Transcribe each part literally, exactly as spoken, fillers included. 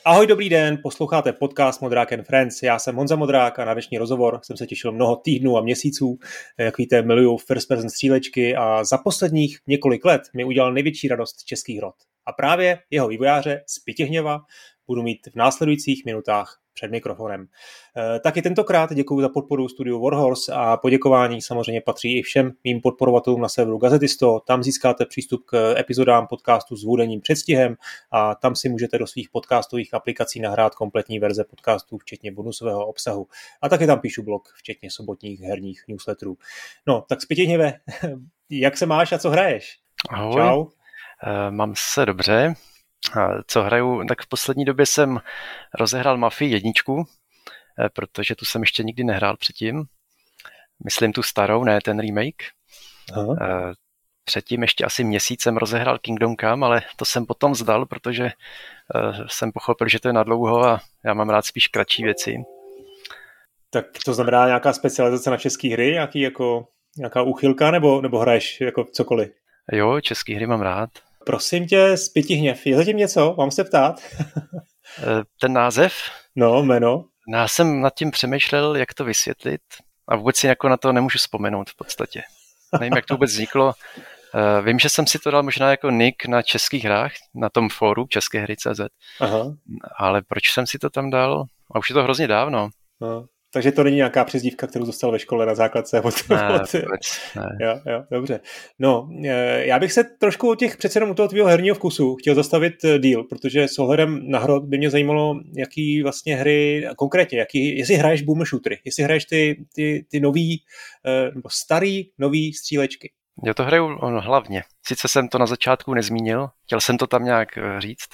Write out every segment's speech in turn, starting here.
Ahoj, dobrý den, posloucháte podcast Modrák and Friends. Já jsem Honza Modrák a na dnešní rozhovor jsem se těšil mnoho týdnů a měsíců. Jak víte, miluju first person střílečky a za posledních několik let mi udělal největší radost českých hrot. A právě jeho vývojáře z Pitihněva budu mít v následujících minutách před mikrofonem. E, taky tentokrát děkuji za podporu studiu Warhorse a poděkování samozřejmě patří i všem mým podporovatelům na serveru Gazetisto. Tam získáte přístup k epizodám podcastu s vodením předstihem a tam si můžete do svých podcastových aplikací nahrát kompletní verze podcastů, včetně bonusového obsahu. A taky tam píšu blog, včetně sobotních herních newsletterů. No, tak z Pitihněve, jak se máš a co hraješ? Ahoj. Čau. Uh, mám se dobře. Co hraju, tak v poslední době jsem rozehrál Mafii jedničku, protože tu jsem ještě nikdy nehrál předtím. Myslím tu starou, ne ten remake. Aha. Předtím ještě asi měsíc jsem rozehrál Kingdom Come, ale to jsem potom vzdal, protože jsem pochopil, že to je nadlouho a já mám rád spíš kratší věci. Tak to znamená nějaká specializace na české hry, nějaký jako, nějaká úchylka, nebo, nebo hraješ jako cokoliv? Jo, české hry mám rád. Prosím tě, z Pitihněv, je zatím něco? Mám se ptát? Ten název? No, jméno. Já jsem nad tím přemýšlel, jak to vysvětlit a vůbec si jako na to nemůžu vzpomenout v podstatě. Nevím, jak to vůbec vzniklo. Vím, že jsem si to dal možná jako nick na českých hrách, na tom fóru české hry tečka cé zet. Aha. Ale proč jsem si to tam dal? A už je to hrozně dávno. Aha. Takže to není nějaká přezdívka, kterou dostal ve škole na základce. Ne, vůbec, ne. Jo, jo, dobře. No, já bych se trošku o těch přece jenom u toho tvýho herního vkusu chtěl zastavit díl, protože s ohledem na hrot by mě zajímalo, jaký vlastně hry, konkrétně, jaký, jestli hraješ boomer shootery, jestli hraješ ty, ty, ty nový, nebo starý, nový střílečky. Jo, to hraju on, hlavně. Sice jsem to na začátku nezmínil, chtěl jsem to tam nějak říct.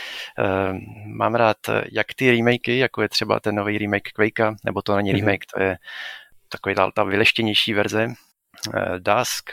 Mám rád jak ty remakey, jako je třeba ten nový remake Quakea, nebo to není remake, mm-hmm. to je takový ta vyleštěnější verze. Dusk.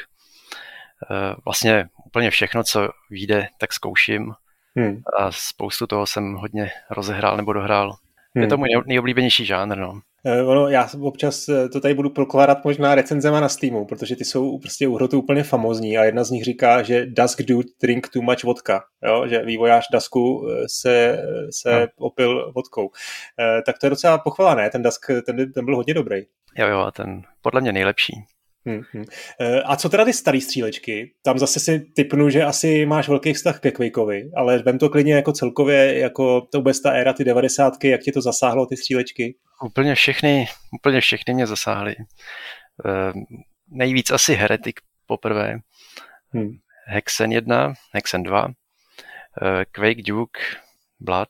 Vlastně úplně všechno, co vyjde, tak zkouším. Mm. A spoustu toho jsem hodně rozehrál nebo dohrál. Mm. Je to můj nejoblíbenější žánr, no. Ono, já občas to tady budu prokládat možná recenzema na Steamu, protože ty jsou prostě u hrotu úplně famózní a jedna z nich říká, že Dusk Dude drink too much vodka, jo? Že vývojář Dusku se, se no. opil vodkou. Tak to je docela pochvala, ne? Ten Dusk, ten, ten byl hodně dobrý. Jo, jo, ten podle mě nejlepší. Hmm, hmm. A co teda ty starý střílečky? Tam zase si tipnu, že asi máš velký vztah ke Quakeovi, ale vem to klidně jako celkově, jako to vůbec ta éra, ty devadesátky, jak tě to zasáhlo, ty střílečky? Úplně všechny, úplně všechny mě zasáhly. Uh, nejvíc asi Heretic poprvé. Hmm. Hexen jedna, Hexen dva, uh, Quake Duke, Blood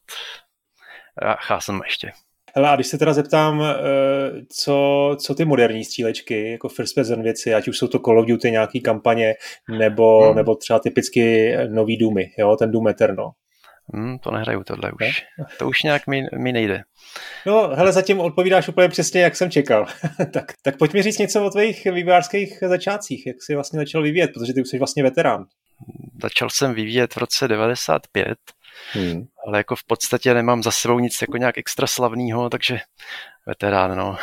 a Chasm ještě. Hele, a když se teda zeptám, co, co ty moderní střílečky, jako first person věci, ať už jsou to Call of Duty nějaký kampaně, nebo, hmm. nebo třeba typicky nový Doomy, jo, ten Doom Eternal. Hmm, to nehraju tohle už. Ne? To už nějak mi, mi nejde. No, hele, zatím odpovídáš úplně přesně, jak jsem čekal. tak, tak pojď mi říct něco o tvých vývojářských začátcích, jak jsi vlastně začal vyvíjet, protože ty už jsi vlastně veterán. Začal jsem vyvíjet v roce devadesát pět, hmm. ale jako v podstatě nemám za sebou nic jako nějak extra slavného, takže veterán, no.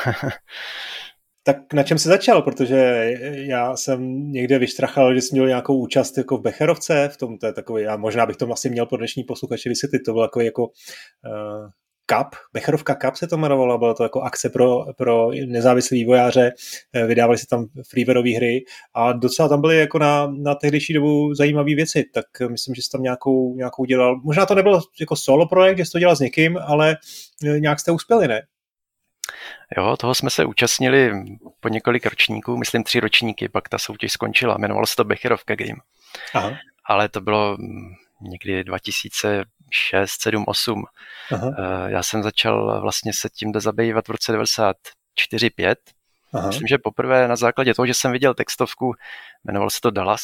Tak na čem jsi začal? Protože já jsem někde vyštrachal, že jsi měl nějakou účast jako v Becherovce, v tom to je takový, a možná bych to asi měl pro dnešní posluchače vysvětlit, to byl takový jako uh, Cup, Becherovka Cup se to jmenovalo, byla to jako akce pro, pro nezávislé vývojáře, vydávali se tam freewareové hry a docela tam byly jako na, na tehdejší dobu zajímavé věci, tak myslím, že jsi tam nějakou, nějakou dělal, možná to nebylo jako solo projekt, že jsi to dělal s někým, ale nějak jste uspěli, ne? Jo, toho jsme se účastnili po několik ročníků, myslím tři ročníky, pak ta soutěž skončila, jmenovalo se to Becherovka Game. Aha. Ale to bylo někdy dva tisíce šest, sedm, osm. Aha. Já jsem začal vlastně se tím zabývat v roce devadesát čtyři pět. Aha. Myslím, že poprvé na základě toho, že jsem viděl textovku, jmenovalo se to Dallas.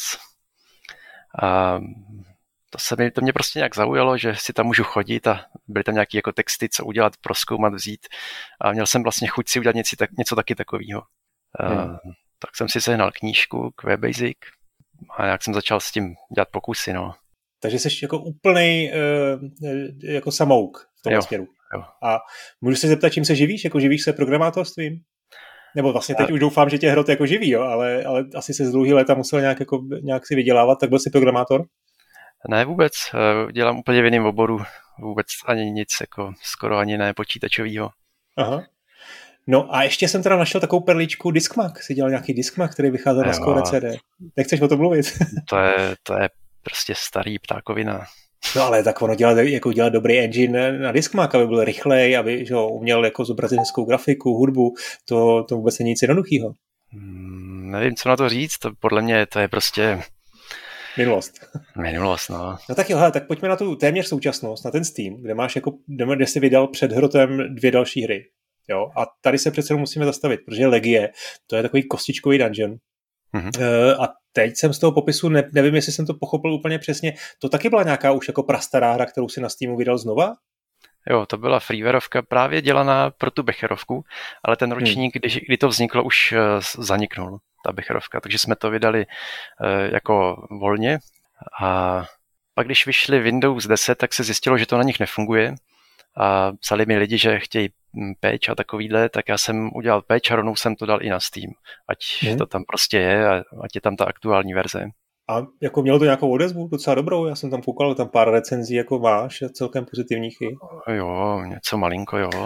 A to, se mi, to mě prostě nějak zaujalo, že si tam můžu chodit a byly tam nějaké jako texty, co udělat, prozkoumat, vzít. A měl jsem vlastně chuť si udělat něco, tak, něco taky takového. Hmm. Tak jsem si sehnal knížku QBasic a jak jsem začal s tím dělat pokusy, no. Takže jsi jako úplnej uh, jako samouk v tom směru. Jo. A můžu se zeptat, čím se živíš? Jako živíš se programátorstvím? Nebo vlastně teď a... už doufám, že tě hrot jako živí, jo? Ale, ale asi se z dlouhý léta musel nějak, jako, nějak si vydělávat, tak byl jsi programátor? Ne, vůbec. Dělám úplně v jiném oboru. vůbec ani nic, jako skoro ani ne počítačovýho. Aha. No a ještě jsem teda našel takovou perličku Discmag. Jsi dělal nějaký Discmag, který vycházel jo. na Skoda C D. Nechceš o tom mluvit? to, je, to je prostě starý ptákovina. No ale tak ono dělat, jako dělat dobrý engine na Discmag, aby byl rychlej, aby že ho, uměl jako zobrazit hezkou grafiku, hudbu, to, to vůbec není nic jednoduchýho. Hmm, nevím, co na to říct, to podle mě to je prostě... Minulost. Minulost, no. No tak jo, hele, tak pojďme na tu téměř současnost, na ten Steam, kde máš jako, kde jsi vydal před Hrotem dvě další hry. Jo? A tady se přece musíme zastavit, protože Legie, to je takový kostičkový dungeon. Mm-hmm. Uh, a teď jsem z toho popisu, ne, nevím, jestli jsem to pochopil úplně přesně, to taky byla nějaká už jako prastará hra, kterou si na Steamu vydal znova? Jo, to byla freewareovka právě dělaná pro tu Becherovku, ale ten ročník, hmm. kdy, kdy to vzniklo, už uh, zaniknul, ta Becherovka, takže jsme to vydali uh, jako volně a pak když vyšly Windows deset, tak se zjistilo, že to na nich nefunguje a psali mi lidi, že chtějí patch a takovýhle, tak já jsem udělal patch a rovnou jsem to dal i na Steam, ať hmm. to tam prostě je a ať je tam ta aktuální verze. A jako mělo to nějakou odezvu docela dobrou? Já jsem tam koukal, tam pár recenzí jako máš, celkem pozitivních i. Jo, něco malinko, jo.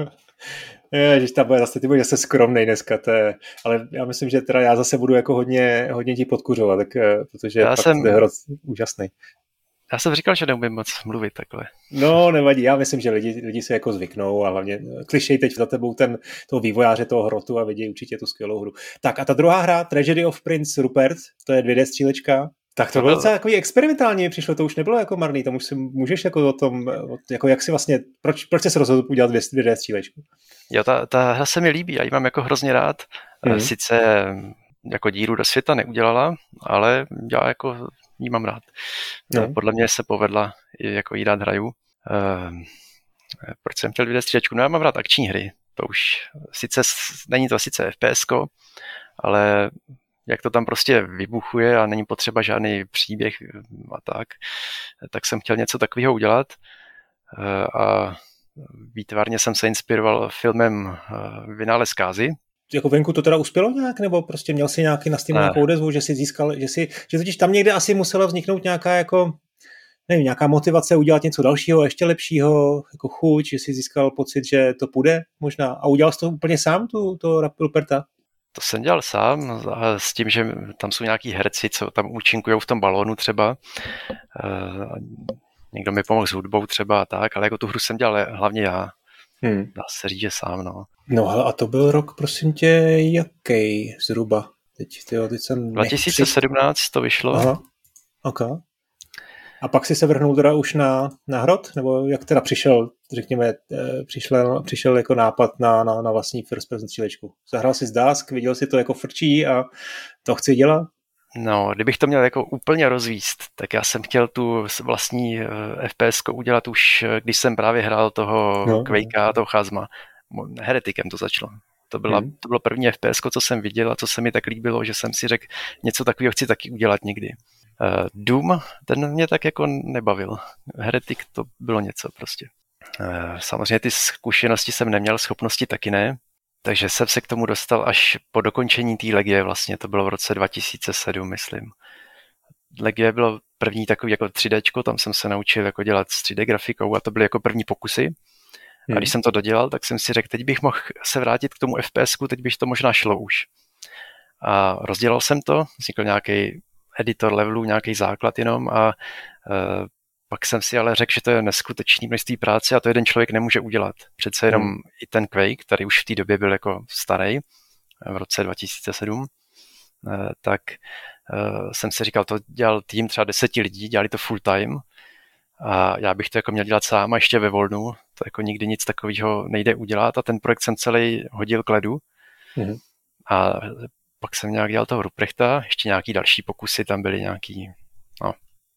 Ježiš, tam bude zase, ty budeš zase skromnej dneska, to je, ale já myslím, že teda já zase budu jako hodně, hodně ti podkuřovat, tak, protože já jsem... to je hrot úžasný. Já jsem říkal, že neumím moc mluvit takhle. No, nevadí, já myslím, že lidi, lidi se jako zvyknou a hlavně klišej teď za tebou ten, toho vývojáře, toho Hrotu a vidí určitě tu skvělou hru. Tak a ta druhá hra, Tragedy of Prince Rupert, to je dvě dé střílečka. Tak to, to bylo docela takový experimentální, přišlo, to už nebylo jako marný, tam už si můžeš jako o tom, jako jak si vlastně, proč, proč jsi se rozhodl udělat dvě dé střílečku? Jo, ta, ta hra se mi líbí, já ji mám jako hrozně rád, mm-hmm. sice jako díru do světa neudělala, ale já jako ji mám rád. No. Podle mě se povedla, jako jí rád hraju. Ehm, proč jsem chtěl vidět střílečku? No já mám rád akční hry. To už sice, není to sice F P S ko, ale jak to tam prostě vybuchuje a není potřeba žádný příběh a tak, tak jsem chtěl něco takového udělat. A výtvarně jsem se inspiroval filmem Vynález Kázy. Jako venku to teda uspělo nějak, nebo prostě měl si nějaký na Steamu nějakou odezvu, že si získal, že si, že totiž tam někde asi musela vzniknout nějaká jako, nevím, nějaká motivace udělat něco dalšího, ještě lepšího, jako chuť, že si získal pocit, že to půjde možná. A udělal jsi to úplně sám, tu, to Ruperta? To jsem dělal sám, s tím, že tam jsou nějaký herci, co tam účinkujou v tom balónu třeba. Někdo mi pomohl s hudbou třeba a tak, ale jako tu hru jsem dělal hlavně já. Hmm. Dá se říct, že sám, no. No a to byl rok, prosím tě, jaký zhruba? Teď, tyjo, teď jsem dva tisíce sedmnáct to vyšlo. Aha, ok. A pak si se vrhnul teda už na, na Hrot? Nebo jak teda přišel, řekněme, přišel, přišel jako nápad na, na, na vlastní first person střílečku? Zahrál si z Dusk, viděl si to jako frčí a to chci dělat? No, kdybych to měl jako úplně rozvíst, tak já jsem chtěl tu vlastní F P S ko udělat už, když jsem právě hrál toho no. Quakea, toho Chasma. Heretikem to začalo. To, byla, hmm. to bylo první F P S ko, co jsem viděl a co se mi tak líbilo, že jsem si řekl, něco takového chci taky udělat někdy. Uh, Doom, ten mě tak jako nebavil. Heretik to bylo něco prostě. Uh, samozřejmě ty zkušenosti jsem neměl, schopnosti taky ne, takže jsem se k tomu dostal až po dokončení té Legie vlastně, to bylo v roce dva tisíce sedm, myslím. Legie bylo první takový jako tři déčko, tam jsem se naučil jako dělat s tři dé grafikou a to byly jako první pokusy. Hmm. A když jsem to dodělal, tak jsem si řekl, teď bych mohl se vrátit k tomu F P S ku, teď bych to možná šlo už. A rozdělal jsem to, vznikl nějaký editor levelů, nějaký základ jenom a uh, pak jsem si ale řekl, že to je neskutečný množství práce a to jeden člověk nemůže udělat. Přece jenom hmm. i ten Quake, který už v té době byl jako starý, v roce dva tisíce sedm, uh, tak uh, jsem si říkal, to dělal tým třeba deseti lidí, dělali to full time a já bych to jako měl dělat sám a ještě ve volnu, to jako nikdy nic takového nejde udělat a ten projekt jsem celý hodil k ledu hmm. a pak jsem nějak dělal toho Ruprechta, ještě nějaký další pokusy tam byly nějaký, no.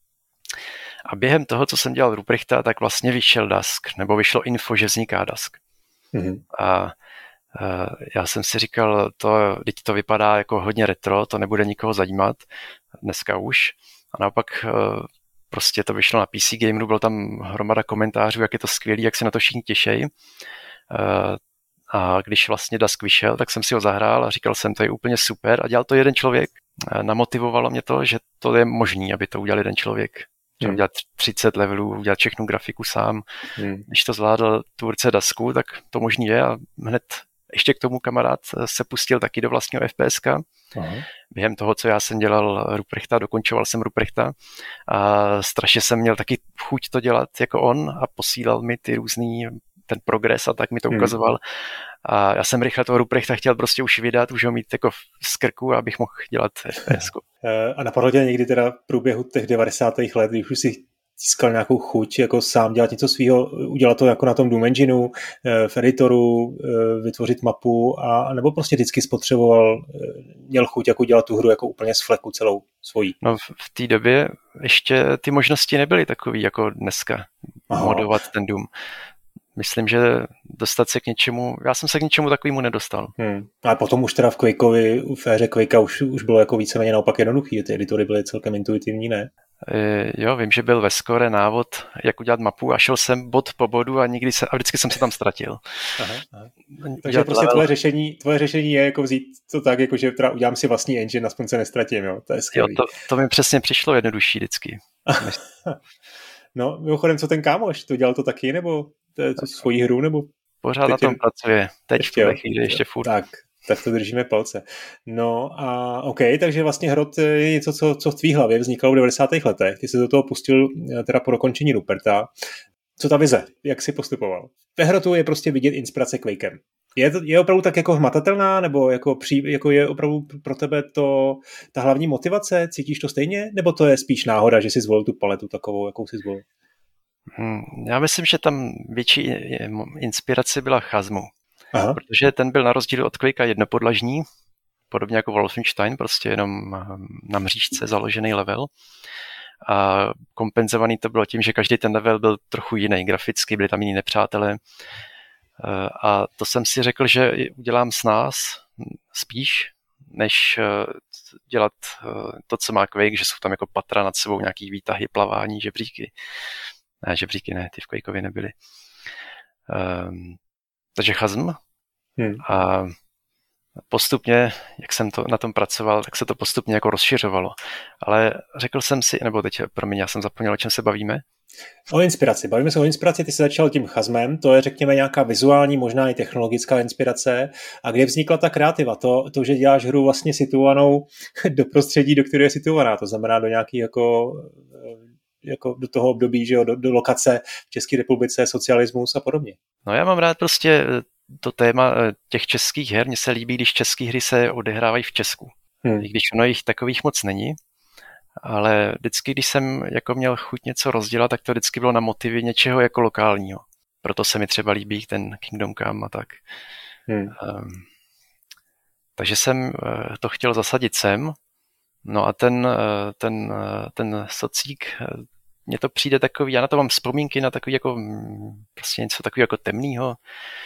A během toho, co jsem dělal Ruprechta, tak vlastně vyšel Dusk, nebo vyšlo info, že vzniká Dusk. Mm-hmm. A uh, já jsem si říkal, to, teď to vypadá jako hodně retro, to nebude nikoho zajímat, dneska už. A naopak uh, prostě to vyšlo na P C Gameru, bylo tam hromada komentářů, jak je to skvělý, jak se na to všichni těšejí. Uh, A když vlastně Dusk vyšel, tak jsem si ho zahrál a říkal jsem, to je úplně super a dělal to jeden člověk. Namotivovalo mě to, že to je možný, aby to udělal jeden člověk. Třeba hmm. udělat třicet levelů, udělat všechnu grafiku sám. Hmm. Když to zvládl tvůrce Dasku, tak to možný je a hned ještě k tomu kamarád se pustil taky do vlastního FPSka. Aha. Během toho, co já jsem dělal Ruprechta, dokončoval jsem Ruprechta a strašně jsem měl taky chuť to dělat jako on a posílal mi ty různý ten progres a tak mi to hmm. ukazoval. A já jsem rychle toho Ruprechta chtěl prostě už vydat, už ho mít jako z krku, abych mohl dělat FPSku. A napadlo tě někdy teda v průběhu těch devadesátých let, když už si získal nějakou chuť jako sám dělat něco svýho, udělat to jako na tom Doom Engineu, v editoru, vytvořit mapu, a nebo prostě vždycky spotřeboval, měl chuť jako dělat tu hru jako úplně z fleku celou svojí? No v té době ještě ty možnosti nebyly takový jako dneska. Aha. Modovat ten Doom. Myslím, že dostat se k něčemu, já jsem se k něčemu takovému nedostal. Hmm. A potom už teda v Quakeovi, v éře Quakea už, už bylo jako víceméně naopak jednoduchý, ty editory byly celkem intuitivní, ne? E, jo, vím, že byl ve Score návod, jak udělat mapu a šel jsem bod po bodu a nikdy se, a vždycky jsem se tam ztratil. Aha, aha. Takže prostě tvoje řešení, tvoje řešení je jako vzít to tak, jako že teda udělám si vlastní engine, aspoň se nestratím, jo? To je skvělý. Jo, to, to mi přesně přišlo jednodušší vždycky. No, mimochodem, co ten kámoš? To dělal to taky, nebo to je to svoji hru, nebo? Pořád na tom je... pracuje. Teď ještě, v té chvíli ještě furt. Tak, tak to držíme palce. No a OK, takže vlastně Hrot je něco, co, co v tvý hlavě vzniklo v devadesátých letech. Ty jsi do toho pustil teda po dokončení Ruperta. Co ta vize? Jak jsi postupoval? Ve Hrotu je prostě vidět inspirace Quakem. Je, to, je opravdu tak jako hmatatelná, nebo jako, pří, jako je opravdu pro tebe to ta hlavní motivace? Cítíš to stejně? Nebo to je spíš náhoda, že jsi zvolil tu paletu takovou, jakou jsi zvolil? Hmm, já myslím, že tam větší inspirace byla Chasmu. Aha. Protože ten byl na rozdíl od Quakea jednopodlažní, podobně jako Wolfenstein, prostě jenom na mřížce založený level. A kompenzovaný to bylo tím, že každý ten level byl trochu jiný graficky, byli tam jiní nepřátelé. A to jsem si řekl, že udělám s nás spíš, než dělat to, co má Quake, že jsou tam jako patra nad sebou, nějaký výtahy, plavání, žebříky. Ne, žebříky ne, ty v Quakeovi nebyly. Um, takže Chasm. Hmm. A postupně, jak jsem to na tom pracoval, tak se to postupně jako rozšiřovalo. Ale řekl jsem si, nebo teď, promiň, já jsem zapomněl, o čem se bavíme. O inspiraci. Bavíme se o inspiraci, ty jsi začal tím Chasmem, to je, řekněme, nějaká vizuální, možná i technologická inspirace. A kde vznikla ta kreativa? To, to že děláš hru vlastně situovanou do prostředí, do které je situovaná, to znamená do nějaký jako... jako do toho období, že jo, do, do lokace v České republice, socialismus a podobně. No já mám rád prostě to téma těch českých her. Mně se líbí, když české hry se odehrávají v Česku. Hmm. I když ono jich takových moc není, ale vždycky, když jsem jako měl chuť něco rozdělat, tak to vždycky bylo na motivy něčeho jako lokálního. Proto se mi třeba líbí ten Kingdom Come a tak. Hmm. Um, takže jsem to chtěl zasadit sem. No a ten, ten, ten socík, mně to přijde takový, já na to mám vzpomínky na takový jako prostě něco takového jako temného,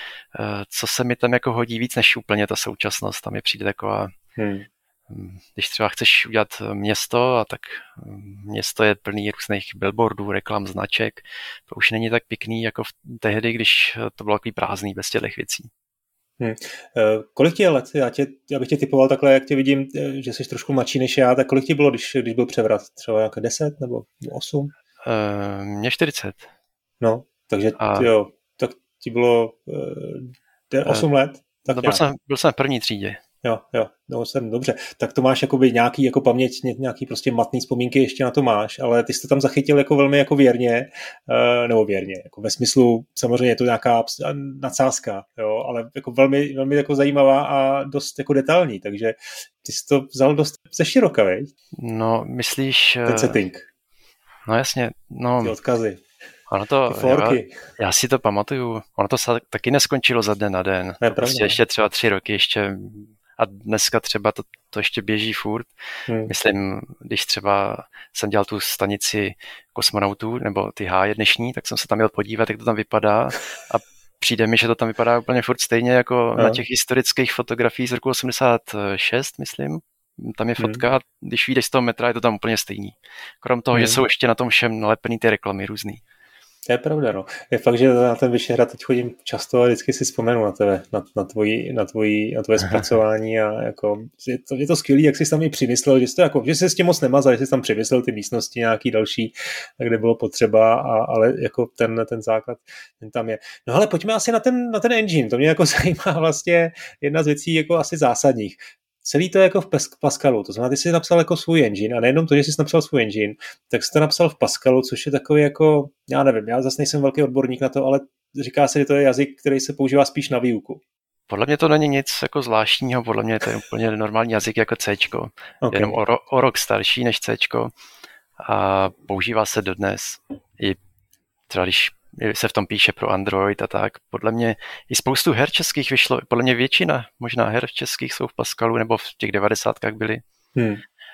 co se mi tam jako hodí víc než úplně ta současnost. Tam mi přijde taková, hmm. když třeba chceš udělat město, a tak město je plný různých billboardů, reklam, značek, to už není tak pěkný jako v tehdy, když to bylo takový prázdný bez těch věcí. Hmm. Kolik ti je let? Já, tě, já bych tě typoval takhle, jak tě vidím, že jsi trošku mladší než já, tak kolik ti bylo, když, když byl převrat? Třeba nějaké deset nebo osm? Uh, Mně čtyřicet. No, takže a... jo, tak ti bylo uh, osm uh, let? Tak no, byl, jsem, byl jsem v první třídě. Jo, jo, no jsem, dobře. Tak to máš jakoby nějaký jako paměť, nějaký prostě matný vzpomínky ještě na to máš, ale ty jsi to tam zachytil jako velmi jako věrně, uh, nebo věrně, jako ve smyslu, samozřejmě je to nějaká nadsázka, jo, ale jako velmi, velmi jako zajímavá a dost jako detailní, takže ty jsi to vzal dost ze široka, veď? No, myslíš... Ten setting. No jasně, no... Ty odkazy. Ono to, já, já si to pamatuju, ono to taky neskončilo za den na den. Ne, prostě ještě třeba tři roky ještě a dneska třeba to, to ještě běží furt. Hmm. Myslím, když třeba jsem dělal tu stanici kosmonautů, nebo ty háje dnešní, tak jsem se tam měl podívat, jak to tam vypadá a přijde mi, že to tam vypadá úplně furt stejně jako hmm. na těch historických fotografiích z roku osmdesát šest, myslím. Tam je fotka, hmm. když vyjdeš z toho metra, je to tam úplně stejný. Krom toho, hmm. že jsou ještě na tom všem nalepený ty reklamy různý. To je pravda, no. Je fakt, že na ten Vyšehrad teď chodím často a vždycky si vzpomenu na tebe, na, na, tvoji, na, tvoji, na tvoje zpracování a jako, je to, je to skvělý, jak jsi tam i přimyslel, že jsi, to jako, že jsi s tím moc nemazal, že jsi tam přimyslel ty místnosti nějaký další, kde bylo potřeba, a, ale jako ten, ten základ, ten tam je. No ale pojďme asi na ten, na ten engine, to mě jako zajímá vlastně jedna z věcí jako asi zásadních. Celý to je jako v Pascalu, to znamená, ty jsi napsal jako svůj engine a nejenom to, že jsi napsal svůj engine, tak jsi to napsal v Pascalu, což je takový jako, já nevím, já zase nejsem velký odborník na to, ale říká se, že to je jazyk, který se používá spíš na výuku. Podle mě to není nic jako zvláštního, podle mě to je úplně normální jazyk jako Cčko, okay. Jenom o, ro- o rok starší než Cčko a používá se dodnes. I třeba když se v tom píše pro Android a tak. Podle mě i spoustu her českých vyšlo, podle mě většina možná her českých jsou v Pascalu nebo v těch devadesátkách byly. Hmm.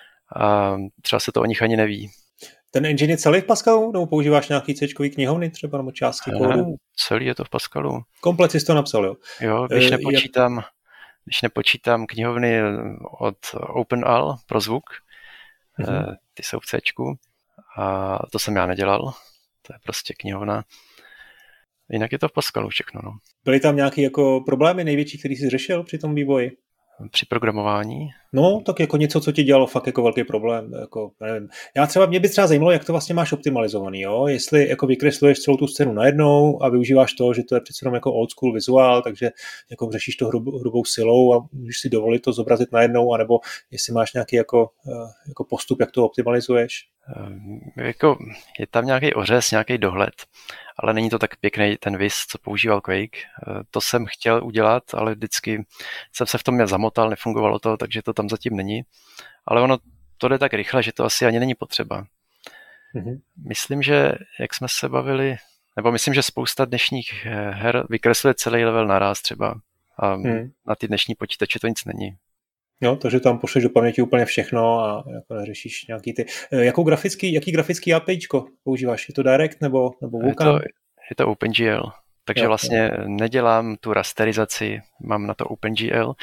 A třeba se to o nich ani neví. Ten engine je celý v Pascalu? Nebo používáš nějaký C-čkový knihovny třeba nebo částky kódu? Celý je to v Pascalu. Komplet jsi to napsal, jo? Jo, když nepočítám, jak... když nepočítám knihovny od OpenAL pro zvuk, hmm. ty jsou v C-čku a to jsem já nedělal. To je prostě knihovna. Jinak je to v Pascalu všechno. No. Byly tam nějaké jako problémy největší, který jsi řešil při tom vývoji? Při programování? No, tak jako něco, co ti dělalo fakt jako velký problém. Jako, nevím. Já třeba, mě by třeba zajímalo, jak to vlastně máš optimalizovaný, jo? Jestli jako vykresluješ celou tu scénu najednou a využíváš to, že to je přece jenom jako old school vizuál, takže jako řešíš to hrub, hrubou silou a můžeš si dovolit to zobrazit najednou, anebo jestli máš nějaký jako, jako postup, jak to optimalizuješ? Jako, je tam nějaký ořez, nějaký dohled, ale není to tak pěkný ten vis, co používal Quake. To jsem chtěl udělat, ale vždycky jsem se v tom zamotal, nefungovalo to, takže to tam zatím není. Ale ono to jde tak rychle, že to asi ani není potřeba. Mm-hmm. Myslím, že jak jsme se bavili, nebo myslím, že spousta dnešních her vykresluje celý level naraz třeba a mm. na ty dnešní počítače to nic není. Jo, takže tam pošleš do paměti úplně všechno a jako neřešíš nějaký ty... Jakou grafický, jaký grafický APIčko používáš? Je to Direct nebo, nebo Vulkan? Je to, je to OpenGL, takže jo, vlastně jo. nedělám tu rasterizaci, mám na to OpenGL,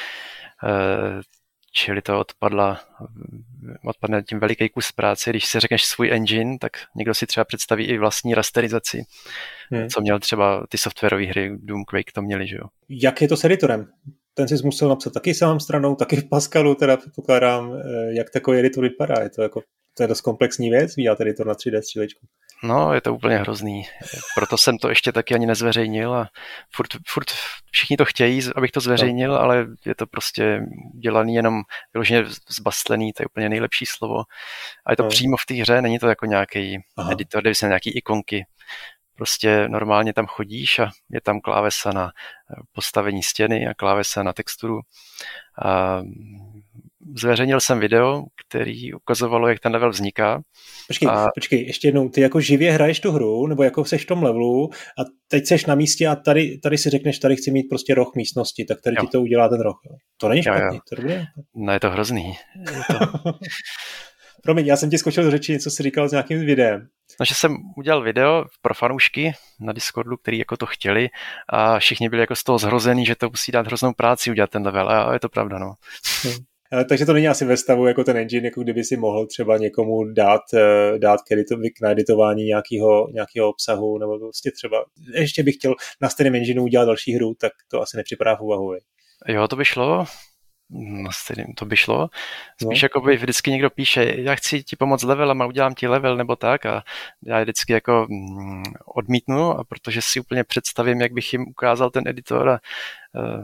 čili to odpadla, odpadne tím veliký kus práce. Když si řekneš svůj engine, tak někdo si třeba představí i vlastní rasterizaci, hmm. co měl třeba ty softwarové hry, Doom, Quake to měli, že jo. Jak je to s editorem? Ten jsi musel napsat taky sám stranou, taky v Pascalu, teda pokládám, jak takový editor vypadá. Je to jako, to je dost komplexní věc, vydělat editor na tři dé střílečku. No, je to úplně hrozný. Proto jsem to ještě taky ani nezveřejnil a furt, furt všichni to chtějí, abych to zveřejnil, no. Ale je to prostě dělaný jenom vyloženě zbastlený, to je úplně nejlepší slovo. A je to no. přímo v té hře, není to jako nějaký Aha. editor, kde jsou nějaký ikonky. Prostě normálně tam chodíš a je tam klávesa na postavení stěny a klávesa na texturu. A zveřejnil jsem video, který ukazovalo, jak ten level vzniká. Počkej, a... počkej, ještě jednou, ty jako živě hraješ tu hru, nebo jako seš v tom levelu a teď seš na místě a tady, tady si řekneš, tady chci mít prostě roh místnosti, tak tady jo. ti to udělá ten roh. To není špatný, jo, jo. to dobré. No je to hrozný. Je to... Promiň, já jsem ti skočil do řeči, něco si říkal s nějakým videem. No, že jsem udělal video pro fanoušky na Discordu, který jako to chtěli a všichni byli jako z toho zhrozený, že to musí dát hroznou práci udělat ten level a je to pravda, no. Hmm. Takže to není asi ve stavu jako ten engine, jako kdyby si mohl třeba někomu dát, dát k naeditování nějakého, nějakého obsahu, nebo prostě třeba, ještě bych chtěl na stejném engineu udělat další hru, tak to asi nepřipadá v úvahu. Jo, to by šlo. No, to by šlo. Spíš no. jako by vždycky někdo píše, já chci ti pomoct levelem a udělám ti level nebo tak a já je vždycky jako mm, odmítnu, a protože si úplně představím, jak bych jim ukázal ten editor a uh,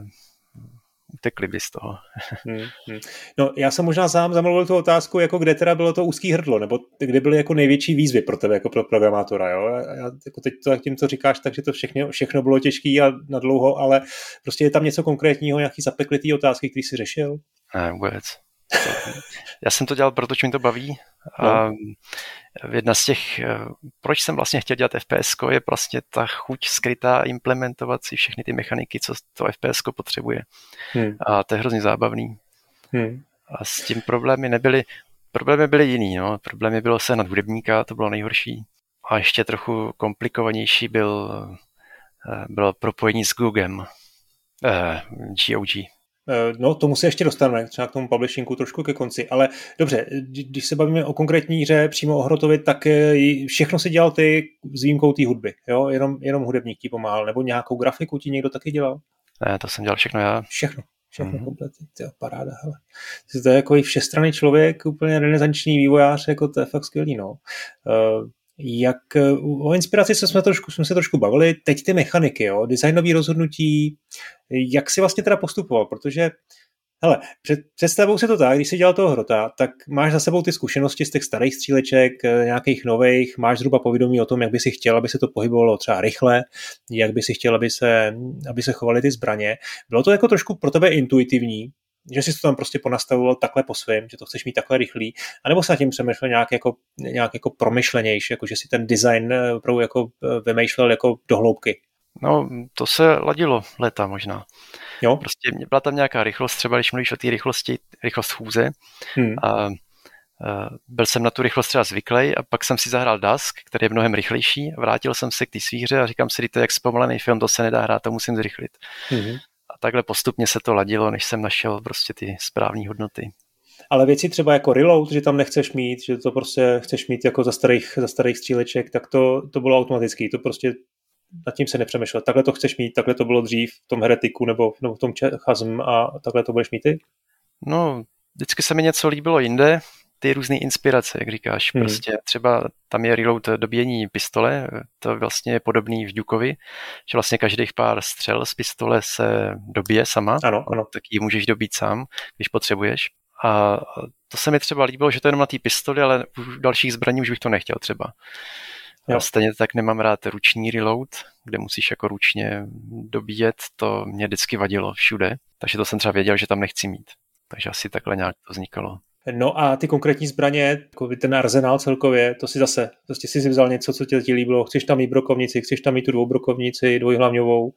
utekli by z toho. Hmm, hmm. No, já jsem možná sám zamluvil tu otázku, jako kde teda bylo to úzký hrdlo, nebo kde byly jako největší výzvy pro tebe jako pro programátora, jo? Já, jako teď to, tím to říkáš, takže to všechno, všechno bylo těžký a na dlouho, ale prostě je tam něco konkrétního, nějaký zapeklitý otázky, který jsi řešil? Ne, vůbec. Já jsem to dělal, protože mi to baví. A jedna z těch, proč jsem vlastně chtěl dělat F P S ko, je vlastně ta chuť skrytá implementovat si všechny ty mechaniky, co to F P S ko potřebuje. Hmm. A to je hrozně zábavný. Hmm. A s tím problémy nebyly, problémy byly jiný, no. Problémy bylo sehnat hudebníka, to bylo nejhorší. A ještě trochu komplikovanější byl, bylo propojení s Googem. Eh, G O G. No, tomu se ještě dostaneme, třeba k tomu publishingu trošku ke konci, ale dobře, když se bavíme o konkrétní hře přímo o Hrotovi, tak všechno si dělal ty s výjimkou té hudby, jo? Jenom, jenom hudebník ti pomáhal, nebo nějakou grafiku ti někdo taky dělal? Ne, to jsem dělal všechno já. Všechno, všechno mm. kompletně, to je paráda, hele. To je jako i všestranný člověk, úplně renesanční vývojář, jako to je fakt skvělý, no. Uh, Jak o inspiraci se jsme, trošku, jsme se trošku bavili, teď ty mechaniky, jo, designové rozhodnutí, jak si vlastně teda postupoval, protože hele, před, před tebou se to tak, když jsi dělal toho Hrota, tak máš za sebou ty zkušenosti z těch starých stříleček, nějakých nových, máš zhruba povědomí o tom, jak by si chtěl, aby se to pohybovalo třeba rychle, jak by si chtěl, aby se, aby se chovaly ty zbraně. Bylo to jako trošku pro tebe intuitivní, že jsi to tam prostě ponastavoval takhle po svém, že to chceš mít takhle rychlý, anebo se nad tím přemýšlel nějak jako, nějak jako promyšlenější, jako že si ten design opravdu jako vymýšlel jako do hloubky? No, to se ladilo léta možná. Jo? Prostě byla tam nějaká rychlost, třeba když mluvíš o té rychlosti, rychlost chůze, hmm. a, a byl jsem na tu rychlost třeba zvyklý a pak jsem si zahrál Dusk, který je mnohem rychlejší, vrátil jsem se k té svý hře a říkám si, to je jak zpomalený film, to se nedá hrát, to musím zrychlit. Hmm. A takhle postupně se to ladilo, než jsem našel prostě ty správné hodnoty. Ale věci třeba jako reload, že tam nechceš mít, že to prostě chceš mít jako za starých, za starých stříleček, tak to, to bylo automatický, to prostě nad tím se nepřemýšlel. Takhle to chceš mít, takhle to bylo dřív v tom Heretiku nebo, nebo v tom Chasm a takhle to budeš mít ty? No, vždycky se mi něco líbilo jinde, ty různé inspirace, jak říkáš. Hmm. Prostě třeba tam je reload dobíjení pistole, to vlastně je podobný v Dukeovi, že vlastně každých pár střel z pistole se dobije sama, ano, ano. Tak ji můžeš dobít sám, když potřebuješ. A to se mi třeba líbilo, že to je jenom na té pistoli, ale u dalších zbraní už bych to nechtěl třeba. Jo. Stejně tak nemám rád ruční reload, kde musíš jako ručně dobíjet, to mě vždycky vadilo všude, takže to jsem třeba věděl, že tam nechci mít. Takže asi takhle nějak to vznikalo. No a ty konkrétní zbraně, jako ten arzenál celkově, to si zase, prostě si vzal něco, co tě líbilo, chceš tam mít brokovnici, chceš tam mít tu dvoubrokovnici, dvojhlavňovou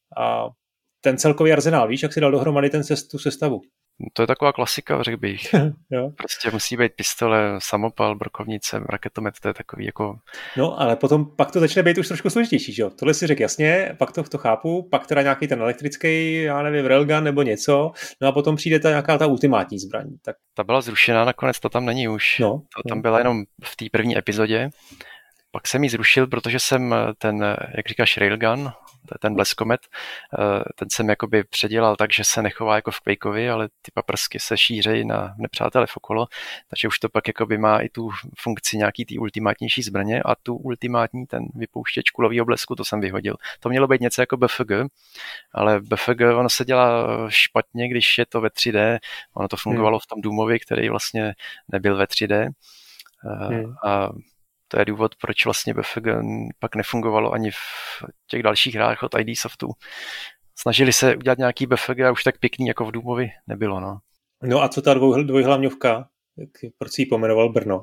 a ten celkový arzenál, víš, jak si dal dohromady ten sest, tu sestavu? To je taková klasika, řekl bych. Jo. Prostě musí být pistole, samopal, brokovnice, raketomet, to je takový jako... No, ale potom pak to začne být už trošku složitější, že jo? Tohle si řekl jasně, pak to, to chápu, pak teda nějaký ten elektrický, já nevím, railgun nebo něco, no a potom přijde ta nějaká ta ultimátní zbraň. Tak... Ta byla zrušená nakonec, to tam není už. No, to tam no. byla jenom v té první epizodě. Pak jsem ji zrušil, protože jsem ten, jak říkáš, railgun, ten bleskomet, ten jsem jakoby předělal tak, že se nechová jako v Quakeovi, ale ty paprsky se šířejí na nepřátele v okolo, takže už to pak jakoby má i tu funkci nějaký ty ultimátnější zbraně a tu ultimátní, ten vypouštěč kulovýho blesku, to jsem vyhodil. To mělo být něco jako B F G, ale B F G ono se dělá špatně, když je to ve tři dé, ono to fungovalo hmm. v tom Doomovi, který vlastně nebyl ve tři dé hmm. a to je důvod, proč vlastně B F G pak nefungovalo ani v těch dalších hrách od I D Softu. Snažili se udělat nějaký B F G a už tak pěkný jako v Doomovi nebylo. No, no a co ta dvoj, dvojhlavňovka? Proč jsi ji pomenoval Brno?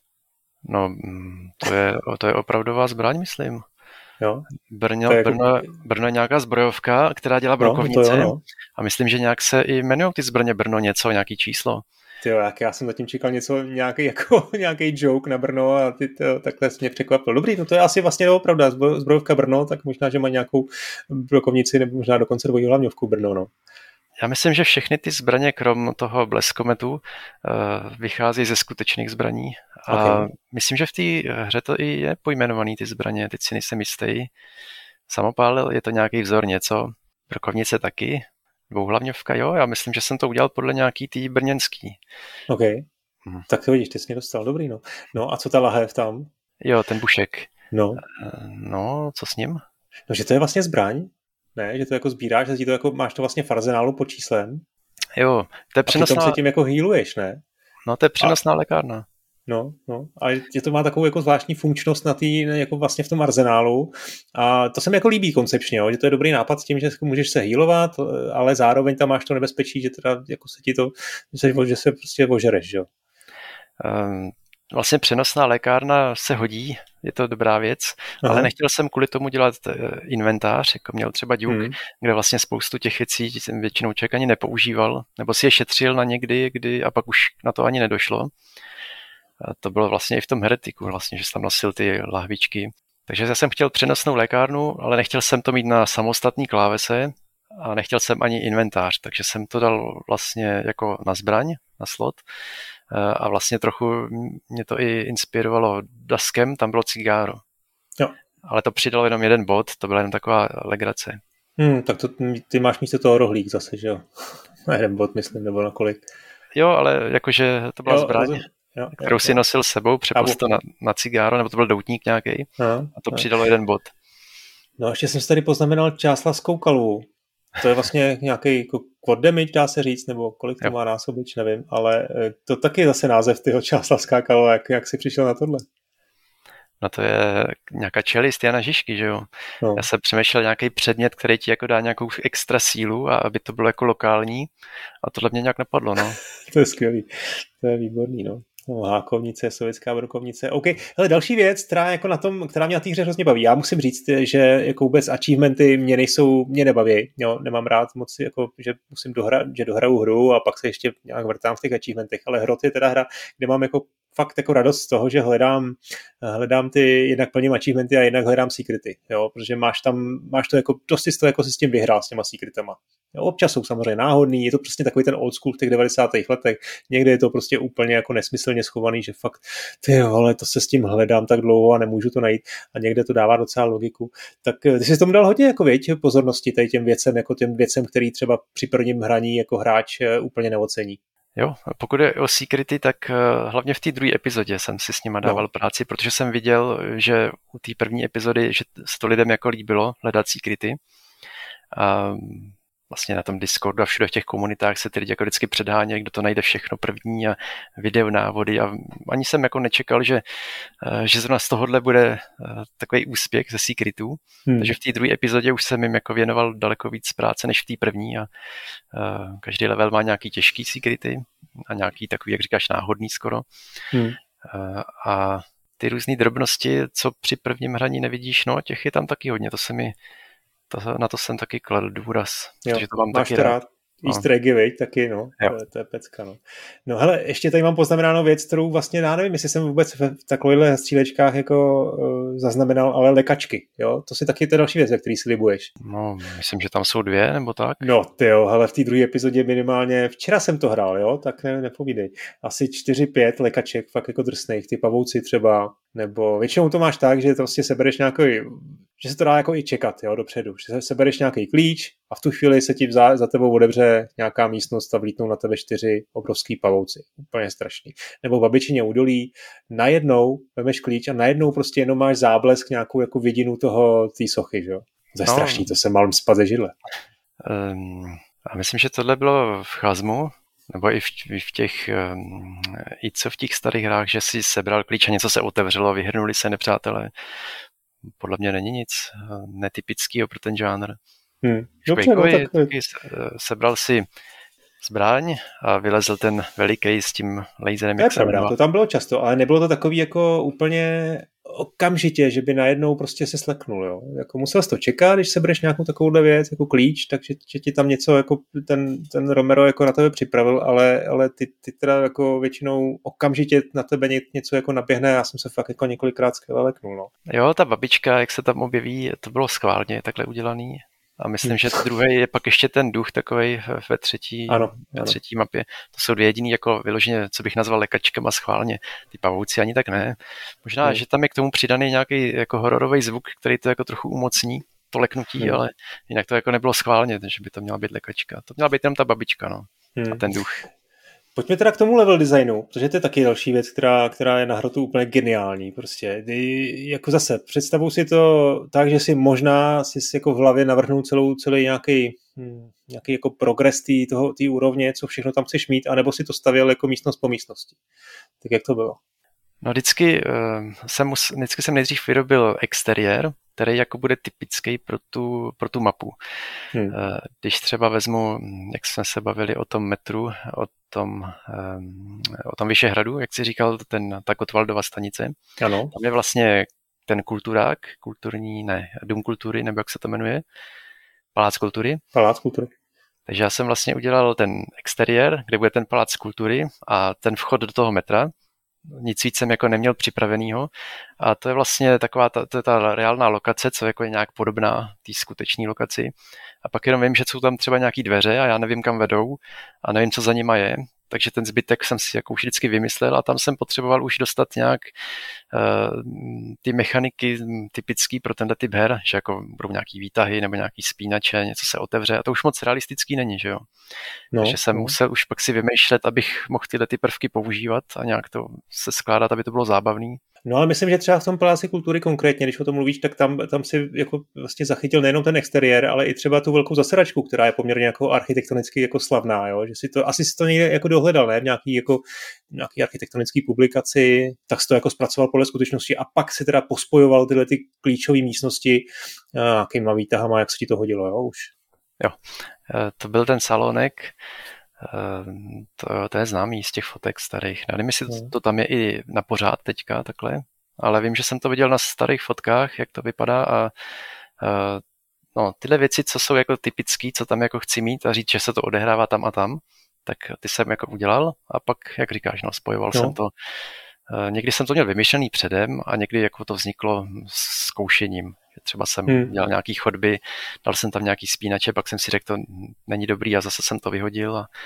No, to je, to je opravdová zbraň, myslím. Jo? Brno, je Brno, jako... Brno je nějaká zbrojovka, která dělá brokovnice. No, jo, no. A myslím, že nějak se i jmenují ty zbraně Brno něco, nějaký číslo. Tyjo, jak já jsem zatím čekal něco, nějaký, jako, nějaký joke na Brno a ty to, takhle jsi mě překvapil. Dobrý, no to je asi vlastně opravdu zbrojovka Brno, tak možná, že má nějakou brokovnici nebo možná dokonce dvojhlavňovku Brno, no. Já myslím, že všechny ty zbraně, krom toho bleskometu, uh, vychází ze skutečných zbraní. A okay. Myslím, že v té hře to i je pojmenovaný ty zbraně, teď si nejsem jistý. Samopál je to nějaký vzor něco, brokovnice taky. Dvouhlavňovka, jo, já myslím, že jsem to udělal podle nějaký tý brněnský. OK, hmm. Tak to vidíš, ty jsi mě dostal, dobrý, no. No a co ta lahev tam? Jo, ten bušek. No. No, co s ním? No, že to je vlastně zbraň, ne, že to jako sbíráš, že to jako, máš to vlastně v arzenálu pod číslem. Jo, to je přenosná... A ty se tím jako healuješ, ne? No, to je přenosná a... lékárna. No, no, a je to má takovou jako zvláštní funkčnost na tý, jako vlastně v tom arzenálu a to se mi jako líbí koncepčně, jo, že to je dobrý nápad s tím, že můžeš se healovat, ale zároveň tam máš to nebezpečí, že teda jako se ti to, že se, že se prostě ožereš, jo. Um, vlastně přenosná lékárna se hodí, je to dobrá věc, aha, ale nechtěl jsem kvůli tomu dělat inventář, jako měl třeba Duke, hmm. kde vlastně spoustu těch věcí jsem většinou člověk ani nepoužíval, nebo si je šetřil na někdy, kdy a pak už na to ani nedošlo. A to bylo vlastně i v tom Heretiku, vlastně, že jsem tam nosil ty lahvičky. Takže já jsem chtěl přenosnou lékárnu, ale nechtěl jsem to mít na samostatný klávese, a nechtěl jsem ani inventář, takže jsem to dal vlastně jako na zbraň, na slot a vlastně trochu mě to i inspirovalo Duskem, tam bylo cigáro. Jo. Ale to přidalo jenom jeden bod, to byla jenom taková legrace. Hmm, tak to, ty máš místo toho rohlík zase, že jo? Na jeden bod, myslím, nebo na kolik. Jo, ale jakože to byla jo, zbraň, jo, jo, kterou jo. si nosil s sebou, přepost to na, na cigáro, nebo to byl doutník nějaký a to a. přidalo jeden bod. No ještě jsem si tady poznamenal čáslavskou kalvu. To je vlastně nějaký jako quad damage, dá se říct, nebo kolik to jo. má násobič, nevím, ale to taky je zase název tyho čáslavská kalva, jak, jak jsi přišel na tohle? No to je nějaká čelist Jana Žižky, že jo. No. Já jsem přemýšlel nějaký předmět, který ti jako dá nějakou extra sílu a aby to bylo jako lokální a tohle mě nějak napadlo, no. To je skvělý, to je výborný, no. No, hákovnice, sovětská brokovnice. OK, hele, další věc, která, jako na tom, která mě na té hře hrozně baví. Já musím říct, že jako vůbec achievementy mě nejsou, mě nebaví. Jo, nemám rád moc, jako, že musím dohrát, že dohraju hru a pak se ještě nějak vrtám v těch achievementech, ale Hrot je teda hra, kde mám jako fakt jako radost z toho, že hledám, hledám ty, jednak plním achievementy a jednak hledám secrety, jo, protože máš tam, máš to jako, dosti z toho jako si s tím vyhrál, s těma secretama. Jo, občas jsou samozřejmě náhodný, je to prostě takový ten old school v těch devadesátých letech, někde je to prostě úplně jako nesmyslně schovaný, že fakt, ty vole, to se s tím hledám tak dlouho a nemůžu to najít a někde to dává docela logiku. Tak ty jsi tomu dal hodně jako věď pozornosti tady těm věcem, jako těm věcem, který třeba při prvním hraní jako hráč úplně neocení. Jo, pokud je o secrety, tak hlavně v té druhé epizodě jsem si s nima dával no. práci, protože jsem viděl, že u té první epizody, že se to lidem jako líbilo hledat secrety. A vlastně na tom Discordu a všude v těch komunitách se ty lidi jako vždycky předhánějí, kdo to najde všechno první a video návody a ani jsem jako nečekal, že, že zrovna z tohohle bude takový úspěch ze secretů, hmm. takže v té druhé epizodě už jsem jim jako věnoval daleko víc práce než v té první a, a každý level má nějaký těžký secrety a nějaký takový, jak říkáš, náhodný skoro hmm. a, a ty různé drobnosti, co při prvním hraní nevidíš, no těch je tam taky hodně, to se mi To, na to jsem taky kladl důraz. Jo, to mám máš taky rád. No. Easter eggy, veď, taky, no. To, to je pecka, no. No hele, ještě tady mám poznamenánou věc, kterou vlastně, já nevím, jestli jsem vůbec v takovýchhle střílečkách jako uh, zaznamenal, ale lekačky, jo. To si taky to je další věc, za který si libuješ. No, myslím, že tam jsou dvě, nebo tak. No, ty jo, hele, v té druhé epizodě minimálně, včera jsem to hrál, jo, tak ne, nepovídej. Asi čtyři, pět lekaček, fakt jako drsných, ty pavouci třeba, nebo většinou to máš tak, že prostě sebereš nějaký, že se to dá jako i čekat, jo, dopředu, že sebereš nějaký klíč a v tu chvíli se ti za, za tebou odebře nějaká místnost a vlítnou na tebe čtyři obrovský pavouci. Úplně strašný. Nebo v babičině údolí, najednou vemeš klíč a najednou prostě jenom máš záblesk, nějakou jako vidinu toho, té sochy, že jo. To je no, strašný, to se mal spad ze židle. Um, a myslím, že tohle bylo v Chazmu, nebo i v, v těch, um, i co v těch starých hrách, že si sebral klíč a něco se otevřelo, vyhrnuli se nepřátelé. Podle mě není nic netypického pro ten žánr. Hmm. Dobře, no, tak... taky sebral si zbraň a vylezl ten veliký s tím laserem. To je pravda, to tam bylo často, ale nebylo to takový jako úplně okamžitě, že by najednou prostě se sleknul, jo. Jako musel jsi to čekat, když sebereš nějakou takovouhle věc, jako klíč, takže že ti tam něco, jako ten, ten Romero jako na tebe připravil, ale, ale ty, ty teda jako většinou okamžitě na tebe něco jako naběhne, já jsem se fakt jako několikrát skvěle leknul, no. Jo, ta babička, jak se tam objeví, to bylo schválně takhle udělaný. A myslím, že druhý je pak ještě ten duch takovej ve třetí, ano, ve třetí mapě. To jsou dvě jediný, jako vyloženě, co bych nazval lekačkama schválně. Ty pavouci ani tak ne. Možná, hmm. že tam je k tomu přidaný nějaký jako hororový zvuk, který to jako trochu umocní, to leknutí, hmm. ale jinak to jako nebylo schválně, že by to měla být lekačka. To měla být jenom ta babička, no. Hmm. A ten duch. Pojďme teda k tomu level designu, protože to je taky další věc, která, která je na Hrotu úplně geniální. Prostě. Jako zase, představuji si to tak, že si možná si jako v hlavě navrhnou celou, celý nějaký, hm, nějaký jako progres té úrovně, co všechno tam chceš mít, anebo si to stavěl jako místnost po místnosti. Tak jak to bylo? No vždycky, uh, jsem, vždycky jsem nejdřív vyrobil exteriér, který jako bude typický pro tu, pro tu mapu. Hmm. Když třeba vezmu, jak jsme se bavili o tom metru, o tom, o tom Vyšehradu, jak jsi říkal, ten, ta Gottwaldova stanice. Ano. Tam je vlastně ten kulturák, kulturní, ne, dům kultury, nebo jak se to jmenuje, palác kultury. Palác kultury. Takže já jsem vlastně udělal ten exteriér, kde bude ten palác kultury a ten vchod do toho metra nic víc jsem jako neměl připravenýho. A to je vlastně taková ta, to je ta reálná lokace, co jako je nějak podobná té skutečné lokaci. A pak jenom vím, že jsou tam třeba nějaký dveře a já nevím, kam vedou a nevím, co za nima je. Takže ten zbytek jsem si jako už vždycky vymyslel a tam jsem potřeboval už dostat nějak uh, ty mechaniky typický pro tenhle typ her, že jako budou nějaký výtahy nebo nějaký spínače, něco se otevře a to už moc realistický není, že jo. No, takže jsem no. musel už pak si vymýšlet, abych mohl tyhle ty prvky používat a nějak to se skládat, aby to bylo zábavný. No ale myslím, že třeba v tom Paláci kultury konkrétně, když o tom mluvíš, tak tam, tam si jako vlastně zachytil nejenom ten exteriér, ale i třeba tu velkou zasedačku, která je poměrně jako architektonicky jako slavná, jo? Že si to, asi si to někde jako dohledal, ne? V nějaký, jako, nějaký architektonický publikaci, tak si to jako zpracoval podle skutečnosti a pak si teda pospojoval tyhle ty klíčové místnosti nějakýma výtahama, jak se ti to hodilo, jo? Už. Jo, to byl ten salonek. To, to je známý z těch fotek starých. Nevím, jestli to, to tam je i na pořád teďka takhle, ale vím, že jsem to viděl na starých fotkách, jak to vypadá a, a no, tyhle věci, co jsou jako typický, co tam jako chci mít a říct, že se to odehrává tam a tam, tak ty jsem jako udělal a pak, jak říkáš, no, spojoval no. jsem to. Někdy jsem to měl vymyšlený předem a někdy jako to vzniklo s zkoušením. Třeba jsem hmm. dělal nějaký chodby, dal jsem tam nějaký spínače, pak jsem si řekl, to není dobrý a zase jsem to vyhodil. A...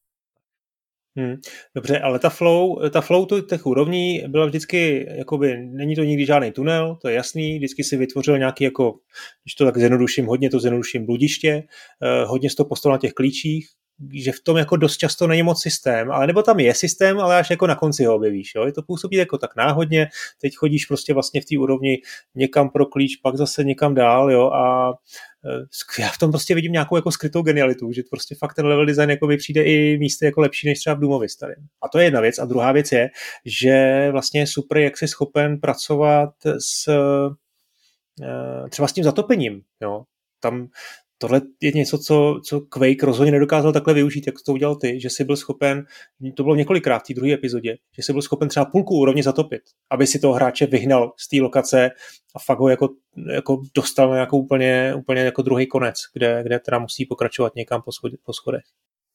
Hmm. Dobře, ale ta flow, ta flow těch úrovní byla vždycky, jakoby, není to nikdy žádný tunel, to je jasný, vždycky si vytvořil nějaký, jako, když to tak zjednoduším, hodně to zjednoduším, bludiště, eh, hodně z toho postavil na těch klíčích, že v tom jako dost často není moc systém, ale nebo tam je systém, ale až jako na konci ho objevíš, jo? Je to působí jako tak náhodně, teď chodíš prostě vlastně v té úrovni někam pro klíč, pak zase někam dál, jo, a já v tom prostě vidím nějakou jako skrytou genialitu, že prostě fakt ten level design jako by přijde i místy jako lepší než třeba v Doomovi starým. A to je jedna věc. A druhá věc je, že vlastně je super, jak jsi schopen pracovat s třeba s tím zatopením, jo. Tam tohle je něco, co, co Quake rozhodně nedokázal takhle využít, jak to udělal ty, že jsi byl schopen, to bylo několikrát v té druhé epizodě, že jsi byl schopen třeba půlku úrovně zatopit, aby si toho hráče vyhnal z té lokace a fakt ho jako, jako dostal na nějakou úplně, úplně jako druhý konec, kde, kde teda musí pokračovat někam po, schod, po schodech.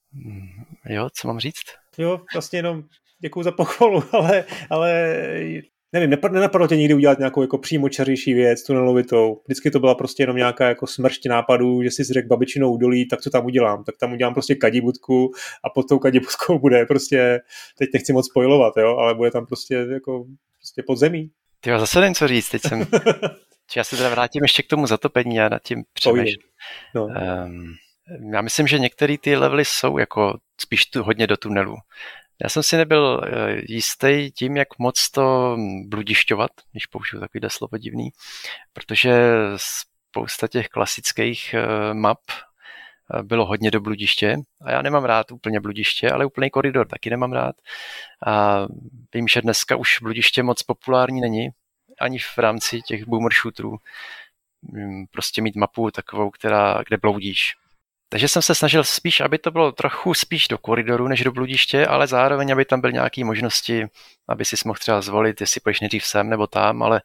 Jo, co mám říct? Jo, vlastně jenom děkuju za pochvalu, ale, ale nevím, nenapadlo tě nikdy udělat nějakou jako přímočařejší věc, tunelovitou. Vždycky to byla prostě jenom nějaká jako smršť nápadů, že si řekl babičinou údolí, tak co tam udělám? Tak tam udělám prostě kadibudku a pod tou kadibudkou bude prostě, teď nechci moc spoilovat, jo, ale bude tam prostě jako prostě pod zemí. Ty jo, zase nevím, co říct, teď jsem... Já se teda vrátím ještě k tomu zatopení a nad tím přemýšlím. No. Um, já myslím, že některé ty levely jsou jako spíš tu hodně do tunelu. Já jsem si nebyl jistý tím, jak moc to bludišťovat, když použiju takovýhle slovo divný, protože spousta těch klasických map bylo hodně do bludiště a já nemám rád úplně bludiště, ale úplný koridor taky nemám rád. A vím, že dneska už bludiště moc populární není, ani v rámci těch boomer shooterů. Prostě mít mapu takovou, která, kde bloudíš. Takže jsem se snažil spíš, aby to bylo trochu spíš do koridoru, než do bludiště, ale zároveň, aby tam byly nějaké možnosti, aby si mohl třeba zvolit, jestli půjdeš nejdřív sem nebo tam, ale,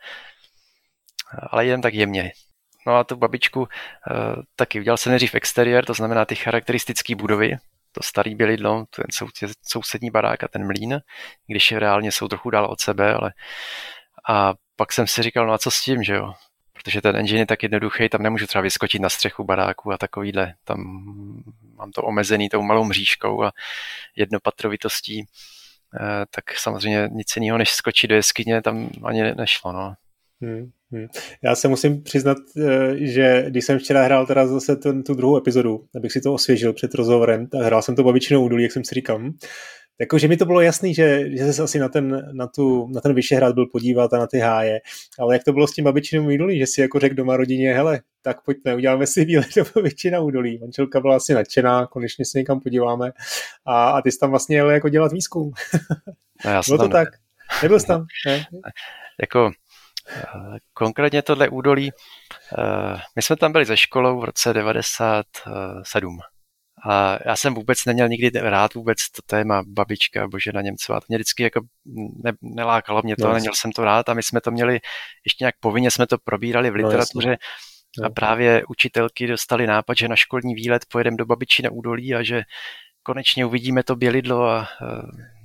ale jen tak jemně. No a tu babičku uh, taky udělal jsem nejdřív exteriér, to znamená ty charakteristické budovy, to starý bělidlo, ten sou, sousední barák a ten mlýn, když reálně jsou trochu dál od sebe, ale a pak jsem si říkal, no a co s tím, že jo? Protože ten engine je tak jednoduchý, tam nemůžu třeba vyskočit na střechu baráku a takovýhle. Tam mám to omezený tou malou mřížkou a jednopatrovitostí. Eh, tak samozřejmě nic jiného, než skočit do jeskyně, tam ani nešlo. No. Hmm, hmm. Já se musím přiznat, že když jsem včera hrál teda zase ten, tu druhou epizodu, abych si to osvěžil před rozhovorem, tak hrál jsem to babičinou údolí, jak jsem si říkal. Jakože mi to bylo jasný, že, že jsi asi na ten, na, tu, na ten Vyšehrad byl podívat a na ty háje, ale jak to bylo s tím babičinou údolí, že si jako řekl doma rodině, hele, tak pojďme, uděláme si výlet do babičina údolí. Manželka byla asi nadšená, konečně se někam podíváme a, a ty jsi tam vlastně jel jako dělat výzkum. No, já bylo to tak? Nebyl jsi tam? Ne? Jako konkrétně tohle údolí, my jsme tam byli ze školou v roce devadesát sedm. A já jsem vůbec neměl nikdy rád vůbec to téma babička Božena Němcová. To mě vždycky jako ne, nelákalo mě to, no, neměl jsem to rád a my jsme to měli ještě nějak povinně, jsme to probírali v literatuře no, a právě učitelky dostali nápad, že na školní výlet pojedeme do babičina údolí a že konečně uvidíme to bělidlo a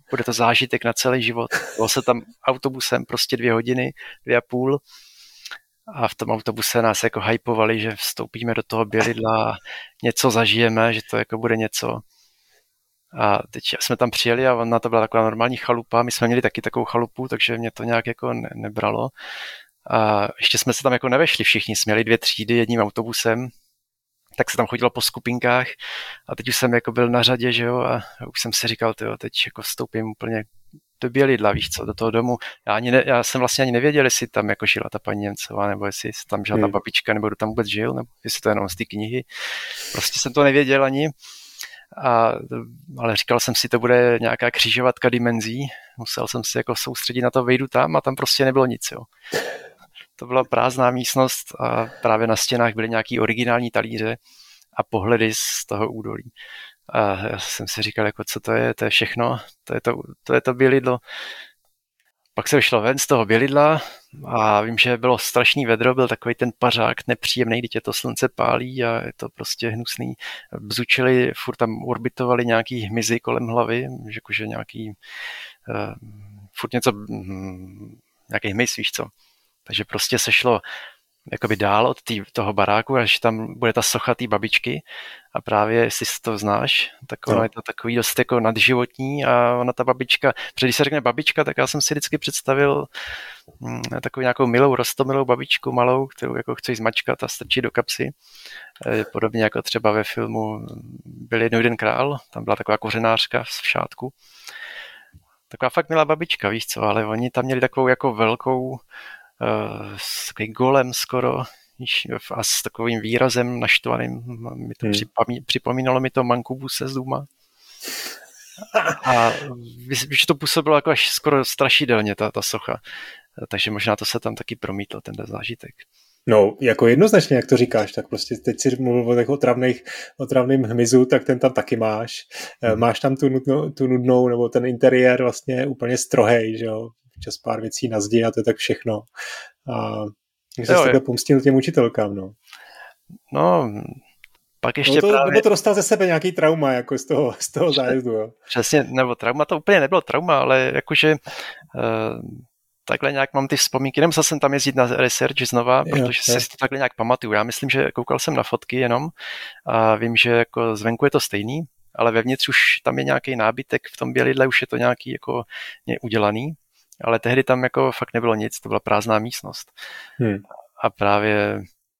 bude to zážitek na celý život. Bylo se tam autobusem prostě dvě hodiny, dvě a půl a v tom autobuse nás jako hypovali, že vstoupíme do toho Bělidla, něco zažijeme, že to jako bude něco. A teď jsme tam přijeli a ona to byla taková normální chalupa, my jsme měli taky takovou chalupu, takže mě to nějak jako ne- nebralo. A ještě jsme se tam jako nevešli všichni, jsme měli dvě třídy jedním autobusem, tak se tam chodilo po skupinkách a teď už jsem jako byl na řadě, že jo, a už jsem si říkal, tyjo, teď jako vstoupím úplně do Bělidla, víš co, do toho domu. Já, ani ne, já jsem vlastně ani nevěděl, jestli tam jako žila ta paní Němcová, nebo jestli tam žila ta babička, nebo kdo tam vůbec žil, nebo jestli to jenom z té knihy. Prostě jsem to nevěděl ani. A, ale říkal jsem si, to bude nějaká křižovatka dimenzí. Musel jsem si jako soustředit na to, vejdu tam a tam prostě nebylo nic, jo. To byla prázdná místnost a právě na stěnách byly nějaký originální talíře a pohledy z toho údolí. A já jsem si říkal, jako co to je, to je všechno, to je to, to, je to Bělidlo. Pak se vyšlo ven z toho Bělidla a vím, že bylo strašný vedro, byl takový ten pařák nepříjemný, když tě to slunce pálí a je to prostě hnusný. Bzučili, furt tam orbitovali nějaký hmyzy kolem hlavy, jakože nějaký, uh, furt něco, um, nějaký hmyz, víš co. Takže prostě se šlo jakoby dál od tý, toho baráku, až tam bude ta socha té babičky a právě, jestli si to znáš, tak ono no. je to takový dost jako nadživotní a ona ta babička, protože když se řekne babička, tak já jsem si vždycky představil hm, takovou nějakou milou, roztomilou babičku malou, kterou jako chci zmačkat a strčit do kapsy. E, podobně jako třeba ve filmu Byl jednou jeden král, tam byla taková kořenářka v šátku. Taková fakt milá babička, víš co, ale oni tam měli takovou jako velkou Uh, s takovým golem skoro a s takovým výrazem naštvaným. Mi to hmm. připomí, připomínalo mi to Mankubuse z Duma. A víš, to působilo jako až skoro strašidelně, ta, ta socha. Takže možná to se tam taky promítlo, ten zážitek. No, jako jednoznačně, jak to říkáš, tak prostě teď si mluvil o těch otravných, otravným hmyzu, tak ten tam taky máš. Hmm. Máš tam tu, nudno, tu nudnou, nebo ten interiér vlastně úplně strohej, že jo? Čas pár věcí na zdi a to je tak všechno. A když se takhle pomstil těm učitelkám, no. No, pak ještě no to, právě... Nebo to dostal ze sebe nějaký trauma, jako z toho, z toho zájezdu, jo. Přesně, nebo trauma, to úplně nebylo trauma, ale jakože uh, takhle nějak mám ty vzpomínky, nemusel jsem tam jezdit na research znova, protože jo, se si to takhle nějak pamatuju. Já myslím, že koukal jsem na fotky jenom a vím, že jako zvenku je to stejný, ale vevnitř už tam je nějaký nábytek, v tom Bělidle už je to nějaký jako udělaný. Ale tehdy tam jako fakt nebylo nic, to byla prázdná místnost. Hmm. A právě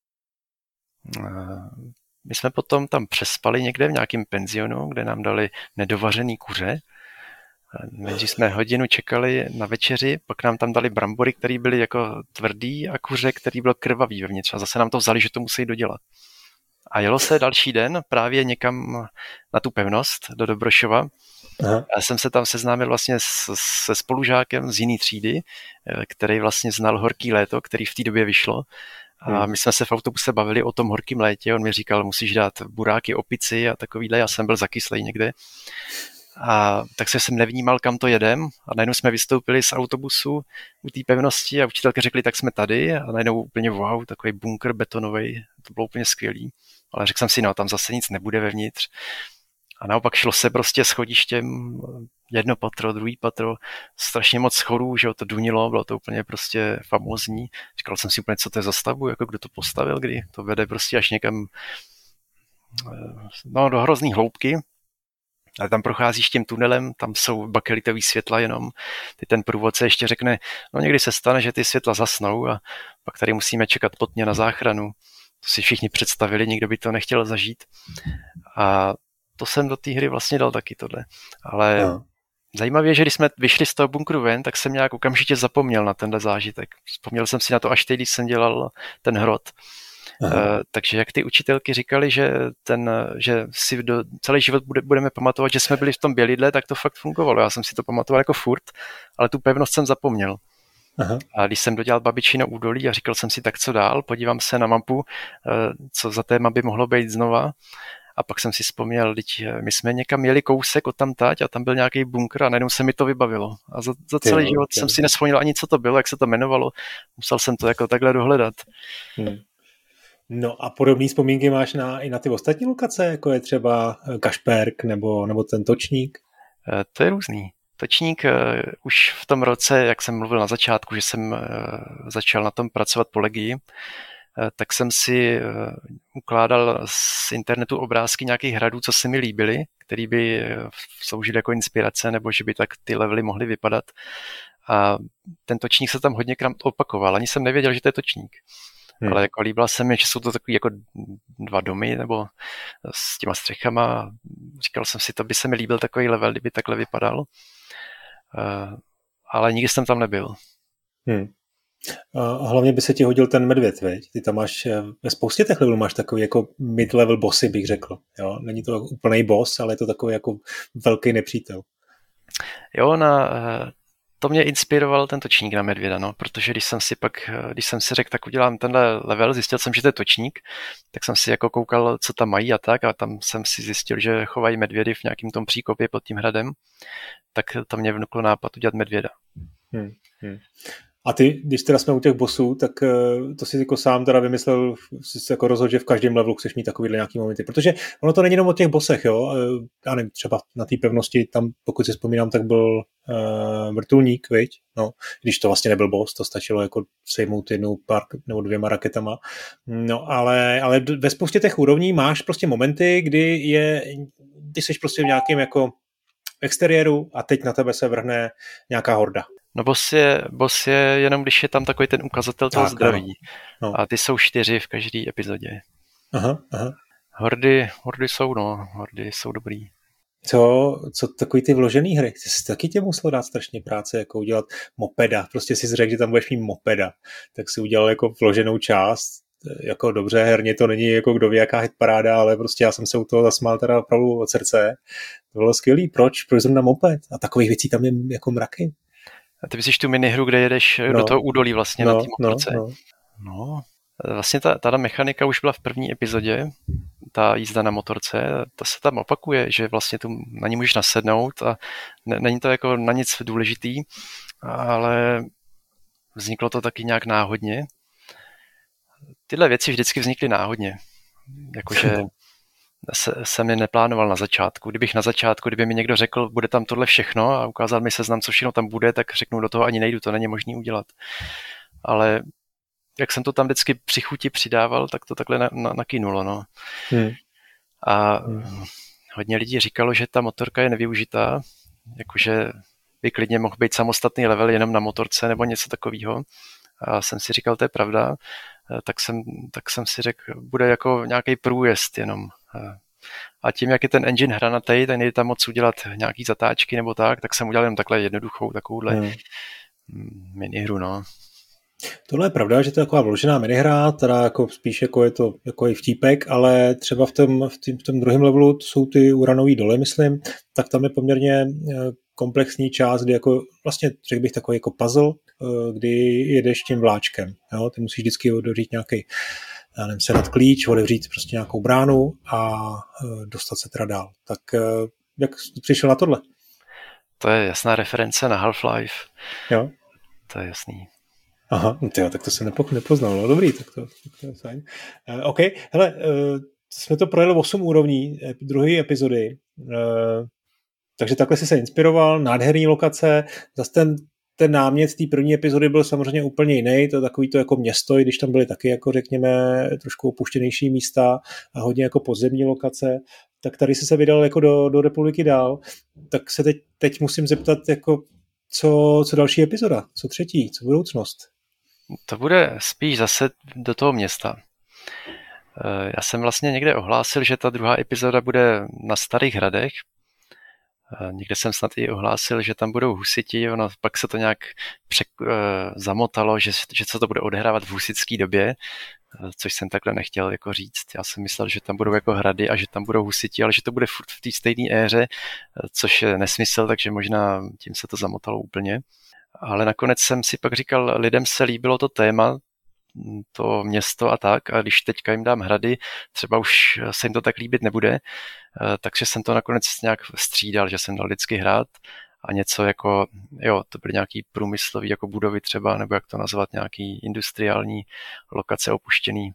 my jsme potom tam přespali někde v nějakém penzionu, kde nám dali nedovařený kuře. Nejdřív jsme hodinu čekali na večeři, pak nám tam dali brambory, které byly jako tvrdý a kuře, který byl krvavý vevnitř. A zase nám to vzali, že to musí dodělat. A jelo se další den právě někam na tu pevnost do Dobrošova. Aha. Já jsem se tam seznámil vlastně se spolužákem z jiné třídy, který vlastně znal Horký léto, který v té době vyšlo. A my jsme se v autobuse bavili o tom horkým létě. On mi říkal, musíš dát buráky, opici a takovýhle. Já jsem byl zakyslej někde. A tak se jsem nevnímal, kam to jedem. A najednou jsme vystoupili z autobusu u té pevnosti a učitelky řekli, tak jsme tady. A najednou úplně wow, takový bunkr betonový. To bylo úplně skvělý. Ale řekl jsem si, no tam zase nic nebude vevnitř. A naopak šlo se prostě schodištěm, jedno patro, druhý patro, strašně moc schodů, že to dunilo, bylo to úplně prostě famózní. Říkal jsem si úplně, co to je za stavbu, jako kdo to postavil, kdy to vede prostě až někam no, do hrozný hloubky. Ale tam procházíš tím tunelem, tam jsou bakelitový světla jenom. Ty ten průvodce ještě řekne, no někdy se stane, že ty světla zasnou a pak tady musíme čekat potně na záchranu. To si všichni představili, nikdo by to nechtěl zažít. A to jsem do té hry vlastně dal taky tohle. Ale no. Zajímavé je, že když jsme vyšli z toho bunkru ven, tak jsem nějak okamžitě zapomněl na tenhle zážitek. Vzpomněl jsem si na to až teď, když jsem dělal ten hrot. Uh, takže jak ty učitelky říkali, že, ten, že si do, celý život bude, budeme pamatovat, že jsme byli v tom Bělidle, tak to fakt fungovalo. Já jsem si to pamatoval jako furt, ale tu pevnost jsem zapomněl. Aha. A když jsem dodělal Babičino údolí a říkal jsem si, tak co dál, podívám se na mapu, uh, co za téma by mohlo být znova. A pak jsem si vzpomněl, teď my jsme někam jeli kousek od tamtať a tam byl nějaký bunkr a najednou se mi to vybavilo. A za, za celý jo, život jo. jsem si nevzpomněl ani, co to bylo, jak se to jmenovalo. Musel jsem to jako takhle dohledat. Hmm. No a podobné vzpomínky máš na, i na ty ostatní lokace, jako je třeba Kašperk nebo, nebo ten Točník? To je různý. Točník už v tom roce, jak jsem mluvil na začátku, že jsem začal na tom pracovat po Legii, tak jsem si ukládal z internetu obrázky nějakých hradů, co se mi líbily, který by sloužily jako inspirace, nebo že by tak ty levely mohly vypadat. A ten točník se tam hodněkrát opakoval. Ani jsem nevěděl, že to je točník. Hmm. Ale jako líbila se mi, že jsou to takový jako dva domy, nebo s těma střechama. Říkal jsem si, to by se mi líbil takový level, kdyby takhle vypadal. Uh, ale nikdy jsem tam nebyl. Hmm. A hlavně by se ti hodil ten medvěd, veď? Ty tam máš, ve spoustě těch levelů máš takový jako mid-level bossy, bych řekl. Jo? Není to úplný boss, ale je to takový jako velký nepřítel. Jo, na, to mě inspiroval ten točník na medvěda, no, protože když jsem si pak, když jsem si řekl, tak udělám tenhle level, zjistil jsem, že to je točník, tak jsem si jako koukal, co tam mají a tak, a tam jsem si zjistil, že chovají medvědy v nějakém tom příkopě pod tím hradem, tak to mě vnuklo nápad udělat medvěda. Hmm, hmm. A ty, když teda jsme u těch bossů, tak to si jako sám teda vymyslel, jsi se jako rozhodl, že v každém levelu chceš mít takovýhle nějaký momenty, protože ono to není jenom o těch bossech, jo, já nevím, třeba na té pevnosti, tam pokud si vzpomínám, tak byl uh, vrtulník, viď, no, když to vlastně nebyl boss, to stačilo jako sejmout jednou pár nebo dvěma raketama, no, ale, ale ve spoustě těch úrovní máš prostě momenty, kdy je, ty jsi prostě v nějakém jako exteriéru a teď na tebe se vrhne nějaká horda. No boss je, boss je jenom, když je tam takový ten ukazatel toho zdraví. No. A ty jsou čtyři v každé epizodě. Aha, aha. Hordy, hordy jsou, no, hordy jsou dobrý. Co, co takový ty vložený hry? Ty taky tě muselo dát strašně práce, jako udělat mopeda. Prostě si řekl, že tam budeš mít mopeda. Tak si udělal jako vloženou část. Jako dobře, herně to není jako kdo ví jaká hitparáda, ale prostě já jsem se u toho zasmál teda opravdu od srdce. To bylo skvělý. Proč? Proč zrovna moped? A takových věcí tam je jako mraky. A ty myslíš tu minihru, kde jedeš no, do toho údolí vlastně no, na té motorce? No, no. no, vlastně ta, ta mechanika už byla v první epizodě, ta jízda na motorce, ta se tam opakuje, že vlastně tu na ní můžeš nasednout a ne, není to jako na nic důležitý, ale vzniklo to taky nějak náhodně. Tyhle věci vždycky vznikly náhodně, jakože se, jsem je neplánoval na začátku. Kdybych na začátku, kdyby mi někdo řekl, bude tam tohle všechno a ukázal mi seznam, co všechno tam bude, tak řeknu, do toho ani nejdu, to není možné udělat. Ale jak jsem to tam vždycky při chuti přidával, tak to takhle na, na, nakynulo. No. Hmm. A hmm. hodně lidí říkalo, že ta motorka je nevyužitá, jakože by klidně mohl být samostatný level jenom na motorce nebo něco takového. A jsem si říkal, to je pravda, tak jsem, tak jsem si řekl, bude jako nějaký průjezd jenom. A tím, jak je ten engine hranatej, tak nejde tam moc udělat nějaký zatáčky nebo tak, tak jsem udělal jen takhle jednoduchou takovouhle hmm. minihru, no. Tohle je pravda, že to je taková vložená minihra, teda jako spíš jako je to jako i vtípek, ale třeba v tom, v tom, v tom druhém levelu to jsou ty uranový doly, myslím, tak tam je poměrně komplexní část, kdy jako vlastně řekl bych takový jako puzzle, kdy jedeš tím vláčkem. Jo? Ty musíš vždycky odevřít nějaký, já nevím, sedat klíč, odevřít prostě nějakou bránu a dostat se teda dál. Tak jak přišel na tohle? To je jasná reference na Half-Life. Jo. To je jasný. Aha, tyjo, tak to jsem nepo, nepoznal. No dobrý, tak to, tak to je fajn. Uh, OK, hele, uh, jsme to projeli osm úrovní, druhé epizody, uh, takže takhle jsi se inspiroval, nádherný lokace, zase ten, ten námět té první epizody byl samozřejmě úplně jiný, to takový to jako město, i když tam byly taky jako řekněme trošku opuštěnější místa a hodně jako podzemní lokace, tak tady jsi se vydal jako do, do republiky dál, tak se teď, teď musím zeptat jako co, co další epizoda, co třetí, co budoucnost? To bude spíš zase do toho města. Já jsem vlastně někde ohlásil, že ta druhá epizoda bude na Starých hradech. Někde jsem snad i ohlásil, že tam budou husiti, ono pak se to nějak přek, zamotalo, že, že se to bude odehrávat v husické době, což jsem takhle nechtěl jako říct. Já jsem myslel, že tam budou jako hrady a že tam budou husiti, ale že to bude furt v té stejné éře, což je nesmysl, takže možná tím se to zamotalo úplně. Ale nakonec jsem si pak říkal, lidem se líbilo to téma, to město a tak, a když teďka jim dám hrady, třeba už se jim to tak líbit nebude, takže jsem to nakonec nějak střídal, že jsem dal vždycky hrát a něco jako, jo, to byly nějaký průmyslový jako budovy třeba, nebo jak to nazvat, nějaký industriální lokace opuštěný.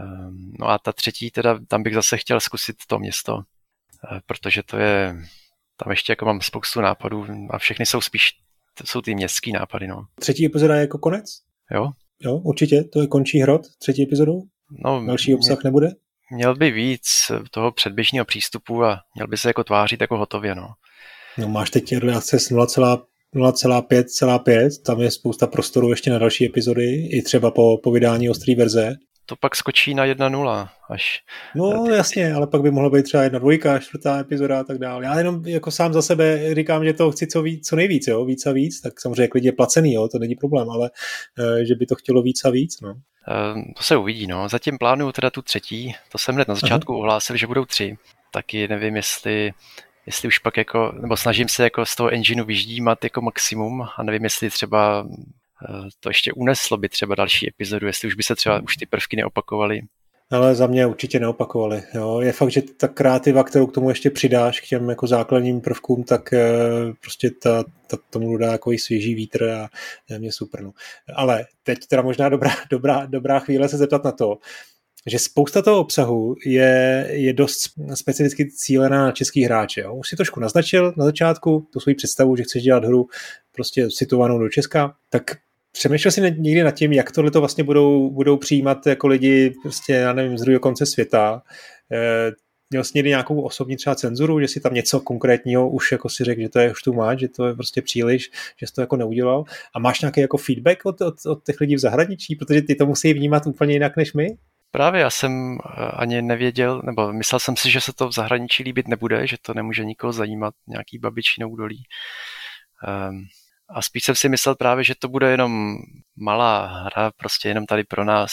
No a ta třetí, teda tam bych zase chtěl zkusit to město, protože to je tam ještě jako mám spoustu nápadů a všechny jsou spíš, to jsou ty městský nápady, no. Třetí epizoda je jako konec? Jo. Jo, určitě, to je končí hrot, třetí epizodou? No, další obsah mě, nebude? Měl by víc toho předběžného přístupu a měl by se jako tvářit jako hotově, no. No máš teď early access nula celá pět celá pět, tam je spousta prostoru ještě na další epizody, i třeba po, po vydání ostrý verze. To pak skočí na jedna nula až. No ty... jasně, ale pak by mohla být třeba jedna dvojka, čtvrtá epizoda a tak dále. Já jenom jako sám za sebe říkám, že to chci co, víc, co nejvíc, jo, víc a víc, tak samozřejmě klidně je placený, jo, to není problém, ale že by to chtělo víc a víc, no. To se uvidí, no. Zatím plánuju teda tu třetí, to jsem hned na začátku ohlásil, že budou tři. Taky nevím, jestli jestli už pak jako, nebo snažím se jako z toho engineu vyždímat jako maximum a nevím, jestli třeba to ještě uneslo by třeba další epizodu, jestli už by se třeba už ty prvky neopakovaly. Ale za mě určitě neopakovali. Jo. Je fakt, že ta kreativa, kterou k tomu ještě přidáš k těm jako základním prvkům, tak e, prostě ta, ta tomu dodá jako svěží vítr a je mě super. No. Ale teď teda možná dobrá, dobrá, dobrá chvíle se zeptat na to, že spousta toho obsahu je, je dost specificky cílená na český hráče. Jo. Už si trošku naznačil na začátku tu svoji představu, že chceš dělat hru prostě situovanou do Česka, tak přemýšlel jsi někdy nad tím, jak tohle to vlastně budou, budou přijímat jako lidi prostě, já nevím, z druhého konce světa. E, měl jsi někdy nějakou osobní třeba cenzuru, že si tam něco konkrétního už jako si řekl, že to je už tu máč, že to je prostě příliš, že jsi to jako neudělal. A máš nějaký jako feedback od, od, od těch lidí v zahraničí, protože ty to musí vnímat úplně jinak než my? Právě já jsem ani nevěděl, nebo myslel jsem si, že se to v zahraničí líbit nebude, že to nemůže nikoho zajímat, nějaký babičí údolí. Um, a spíš jsem si myslel právě, že to bude jenom malá hra, prostě jenom tady pro nás,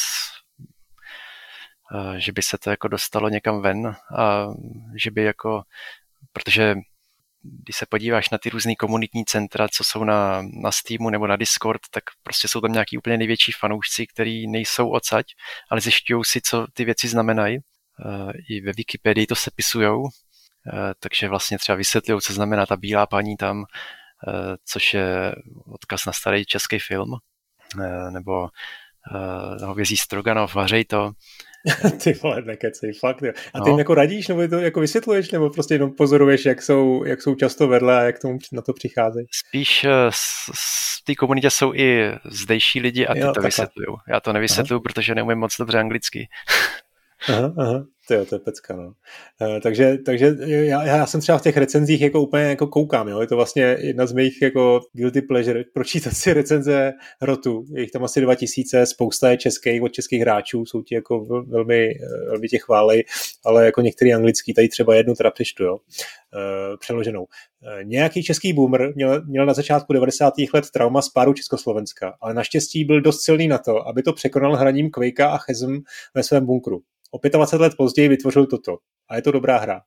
uh, že by se to jako dostalo někam ven a že by jako, protože když se podíváš na ty různý komunitní centra, co jsou na, na Steamu nebo na Discord, tak prostě jsou tam nějaký úplně největší fanoušci, který nejsou odsaď, ale zjišťují si, co ty věci znamenají. I ve Wikipedii to sepisujou, takže vlastně třeba vysvětlují, co znamená ta bílá paní tam, což je odkaz na starý český film, nebo Hovězí Stroganov, vařej to. Ty vole, nekecej, fakt. Jo. A ty no. jim jako radíš, nebo to jako vysvětluješ, nebo prostě jenom pozoruješ, jak jsou, jak jsou často vedle a jak tomu na to přicházejí? Spíš v té komunitě jsou i zdejší lidi a ty jo, to vysvětlují. Já to nevysvětluju, protože neumím moc dobře anglicky. Aha, aha. Tyjo, to je pecka, no. Uh, takže takže já, já jsem třeba v těch recenzích jako úplně jako koukám, jo. Je to vlastně jedna z mých jako guilty pleasure, pročítat si recenze hrotu. Je jich tam asi dva tisíce, spousta je českých, od českých hráčů, jsou ti jako velmi, velmi tě chválej, ale jako některý anglický, tady třeba jednu teda přečtu, jo. Uh, přeloženou. Uh, nějaký český boomer měl, měl na začátku devadesátých let trauma z pádu Československa, ale naštěstí byl dost silný na to, aby to překonal hraním Quakea a Chasm ve svém bunkru. O dvacet pět let později vytvořil toto. A je to dobrá hra.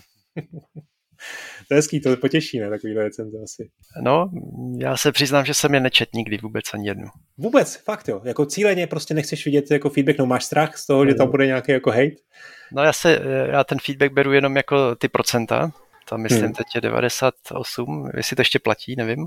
To je hezký, to potěší, ne? Takovýhle recenze asi. No, já se přiznám, že jsem je nečet nikdy vůbec ani jednu. Vůbec, fakt jo. Jako cíleně prostě nechceš vidět jako feedback, no máš strach z toho, no, že tam bude nějaký jako hate? No já se, já ten feedback beru jenom jako ty procenta. Tam myslím hmm. teď je devadesát osm, jestli to ještě platí, nevím.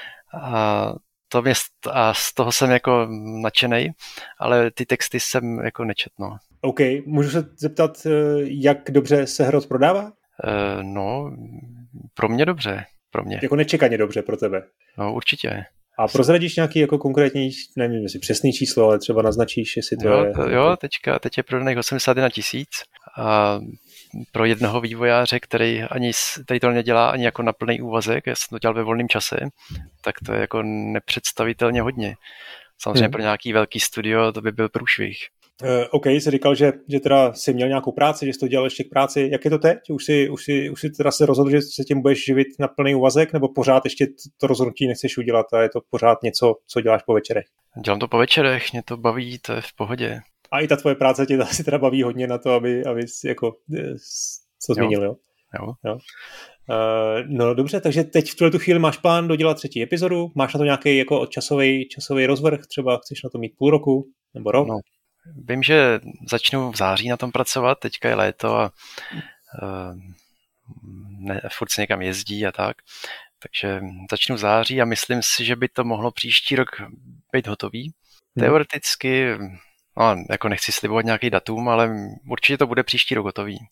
A to mě, a z toho jsem jako nadšenej, ale ty texty jsem jako nečet, no. OK, můžu se zeptat, jak dobře se Hrot prodává? Uh, no, pro mě dobře, pro mě. Jako nečekaně dobře pro tebe? No, určitě. A prozradíš nějaký jako konkrétní, nevím, jestli přesný číslo, ale třeba naznačíš, jestli to jo, je... To, jo, teďka, teď je prodaných osmdesát jedna tisíc a pro jednoho vývojáře, který ani tady to nedělá ani jako na plný úvazek, já jsem to dělal ve volném čase, tak to je jako nepředstavitelně hodně. Samozřejmě hmm. pro nějaký velký studio to by byl průšvih. Uh, OK, jsi říkal, že, že teda jsi měl nějakou práci, že jsi to dělal ještě k práci. Jak je to teď? Už si, už si, už si teda se rozhodl, že se tím budeš živit na plný úvazek, nebo pořád ještě to rozhodnutí nechceš udělat a je to pořád něco, co děláš po večerech? Dělám to po večerech, mě to baví, to je v pohodě. A i ta tvoje práce tě asi teda baví hodně na to, aby, aby jsi jako co změnil, jo? Jo. jo. Uh, no dobře, takže teď v tuhle tu chvíli máš plán dodělat třetí epizodu, máš na to nějaký jako časový, časový rozvrh, třeba chceš na to mít půl roku nebo rok? No. Vím, že začnu v září na tom pracovat, teďka je léto a uh, ne, furt se někam jezdí a tak, takže začnu v září a myslím si, že by to mohlo příští rok být hotový. Hmm. Teoreticky, no, jako nechci slibovat nějaký datum, ale určitě to bude příští rok hotový.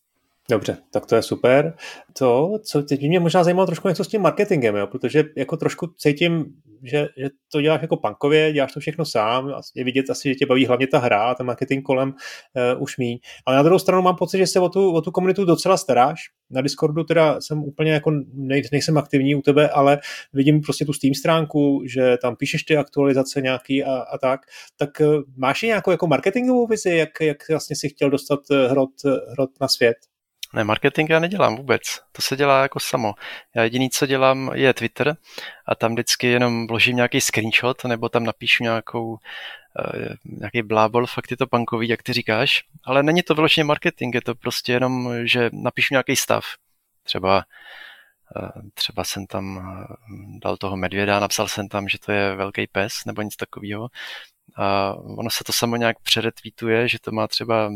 Dobře, tak to je super. To, co teď mě možná zajímalo trošku něco s tím marketingem, jo? Protože jako trošku cítím, že, že to děláš jako punkově, děláš to všechno sám, je vidět asi, že tě baví hlavně ta hra a ten marketing kolem uh, už míň. Ale na druhou stranu mám pocit, že se o tu, o tu komunitu docela staráš. Na Discordu teda jsem úplně jako nej, nejsem aktivní u tebe, ale vidím prostě tu Steam stránku, že tam píšeš ty aktualizace nějaký a, a tak. Tak uh, máš i nějakou jako marketingovou vizi, jak, jak vlastně si chtěl dostat hrot, hrot na svět? Ne, marketing já nedělám vůbec. To se dělá jako samo. Já jediný, co dělám, je Twitter a tam vždycky jenom vložím nějaký screenshot nebo tam napíšu nějakou uh, nějaký blábol, fakt je to punkový, jak ty říkáš. Ale není to vyloženě marketing, je to prostě jenom, že napíšu nějaký stav. Třeba uh, třeba jsem tam dal toho medvěda, napsal jsem tam, že to je velký pes nebo nic takového. A ono se to samo nějak přeretweetuje, že to má třeba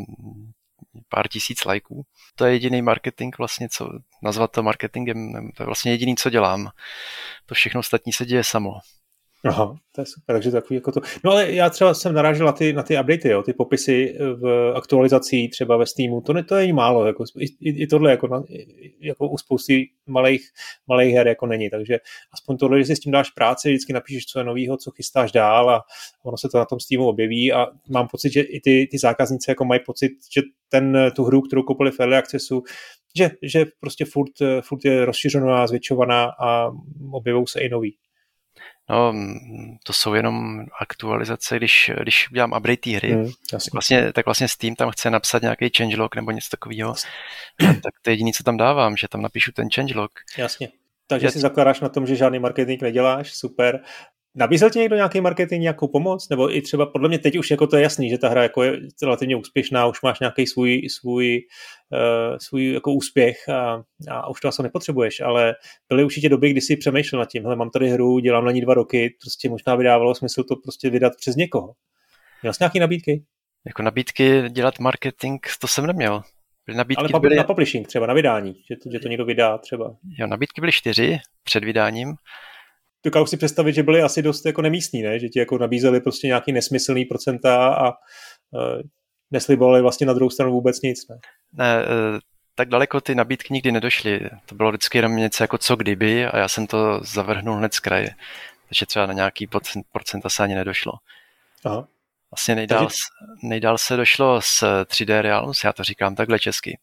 pár tisíc lajků. To je jediný marketing vlastně, co nazvat to marketingem, to je vlastně jediný, co dělám. To všechno ostatní se děje samo. Aha, to je super, takže takový jako to. No ale já třeba jsem narážel na ty, na ty updaty, jo, ty popisy v aktualizací třeba ve Steamu, to, ne, to je málo, jako, i, i tohle jako, na, jako u spousty malých, malých her jako není, takže aspoň tohle, že si s tím dáš práci, vždycky napíšeš, co je novýho, co chystáš dál a ono se to na tom Steamu objeví a mám pocit, že i ty, ty zákazníci jako mají pocit, že ten, tu hru, kterou koupili v Early Accessu, že, že prostě furt, furt je rozšířená, zvětšovaná a objevují se i nový. No, to jsou jenom aktualizace, když, když udělám update té hry, hmm, tak, vlastně, tak vlastně Steam tam chce napsat nějaký changelog nebo něco takového, tak to je jediné, co tam dávám, že tam napíšu ten changelog. Jasně. Takže Já... si zakládáš na tom, že žádný marketing neděláš, super. Nabízel ti někdo nějaký marketing, nějakou pomoc? Nebo i třeba podle mě teď už jako to je jasný, že ta hra jako je relativně úspěšná, už máš nějaký svůj, svůj, uh, svůj jako úspěch a, a už to asi nepotřebuješ, ale byly určitě doby, kdy jsi přemýšlel nad tím, hele, mám tady hru, dělám na ní dva roky, prostě možná by dávalo smysl to prostě vydat přes někoho. Měl jsi nějaký nabídky? Jako nabídky dělat marketing, to jsem neměl. Nabídky ale byly... na publishing třeba, na vydání, že to, že to někdo vydá třeba. Jo, nabídky byly čtyři před vydáním. Dokážu si představit, že byly asi dost jako nemístní, ne? Že ti jako nabízeli prostě nějaký nesmyslný procenta a uh, neslibovali vlastně na druhou stranu vůbec nic, ne? Ne, uh, tak daleko ty nabídky nikdy nedošly. To bylo vždycky jenom něco jako co kdyby a já jsem to zavrhnul hned z kraje. Takže třeba na nějaký procent, procenta se ani nedošlo. Aha. Vlastně nejdál, Takže... nejdál se došlo s tři dé Realms, já to říkám takhle česky.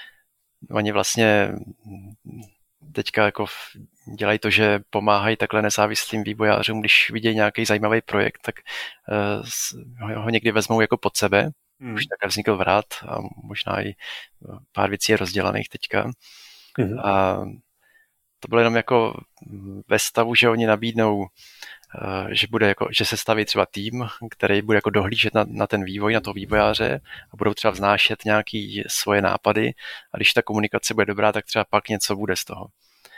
Oni vlastně teďka jako dělají to, že pomáhají takhle nezávislým vývojářům, když vidějí nějaký zajímavý projekt, tak uh, ho někdy vezmou jako pod sebe. Mm. Už takhle vznikl Vrat a možná i pár věcí je rozdělaných teďka. Mm. A to bylo jenom jako ve stavu, že oni nabídnou, uh, že, bude jako, že se staví třeba tým, který bude jako dohlížet na, na ten vývoj, na toho vývojáře a budou třeba vznášet nějaké svoje nápady a když ta komunikace bude dobrá, tak třeba pak něco bude z toho.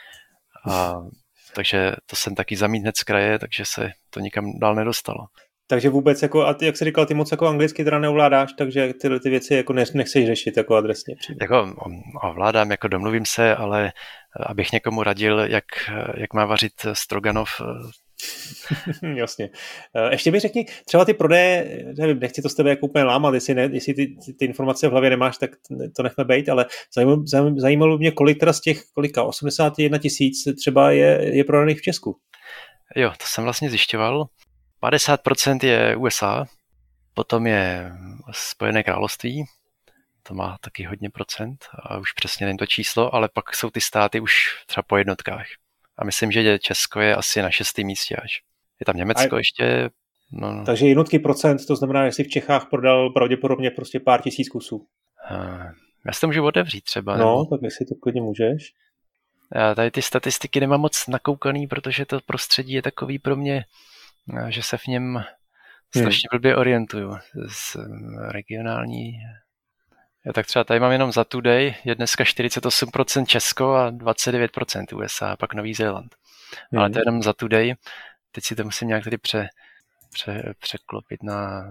A, takže to jsem taky zamít hned z kraje, takže se to nikam dál nedostalo. Takže vůbec, jako, a ty, jak jsi říkal, ty moc jako anglicky teda neovládáš, takže tyhle ty věci jako nechceš řešit jako adresně. Jako ovládám, jako domluvím se, ale abych někomu radil, jak, jak má vařit stroganov. Jasně. Ještě mi řekni, třeba ty prodeje, nevím, nechci to s tebe jako úplně lámat, jestli, ne, jestli ty, ty informace v hlavě nemáš, tak to nechme bejt, ale zajímalo, zajímalo mě, kolik teda z těch, kolika, osmdesát jedna tisíc třeba je, je prodaných v Česku. Jo, to jsem vlastně zjišťoval. padesát procent je U S A, potom je Spojené království, to má taky hodně procent a už přesně nevím to číslo, ale pak jsou ty státy už třeba po jednotkách. A myslím, že Česko je asi na šestém místě až. Je tam Německo a ještě. No, no. Takže jednotky procent, to znamená, že jsi v Čechách prodal pravděpodobně prostě pár tisíc kusů. Já si to můžu otevřít třeba. No, nebo... tak jestli to klidně můžeš. Já tady ty statistiky nemám moc nakoukaný, protože to prostředí je takový pro mě, že se v něm strašně hmm. blbě orientuju. Z regionální... Já tak třeba tady mám jenom za Today, je dneska čtyřicet osm procent Česko a dvacet devět procent U S A, a pak Nový Zéland. Hmm. Ale to je jenom za Today. Teď si to musím nějak tady pře, pře, překlopit na...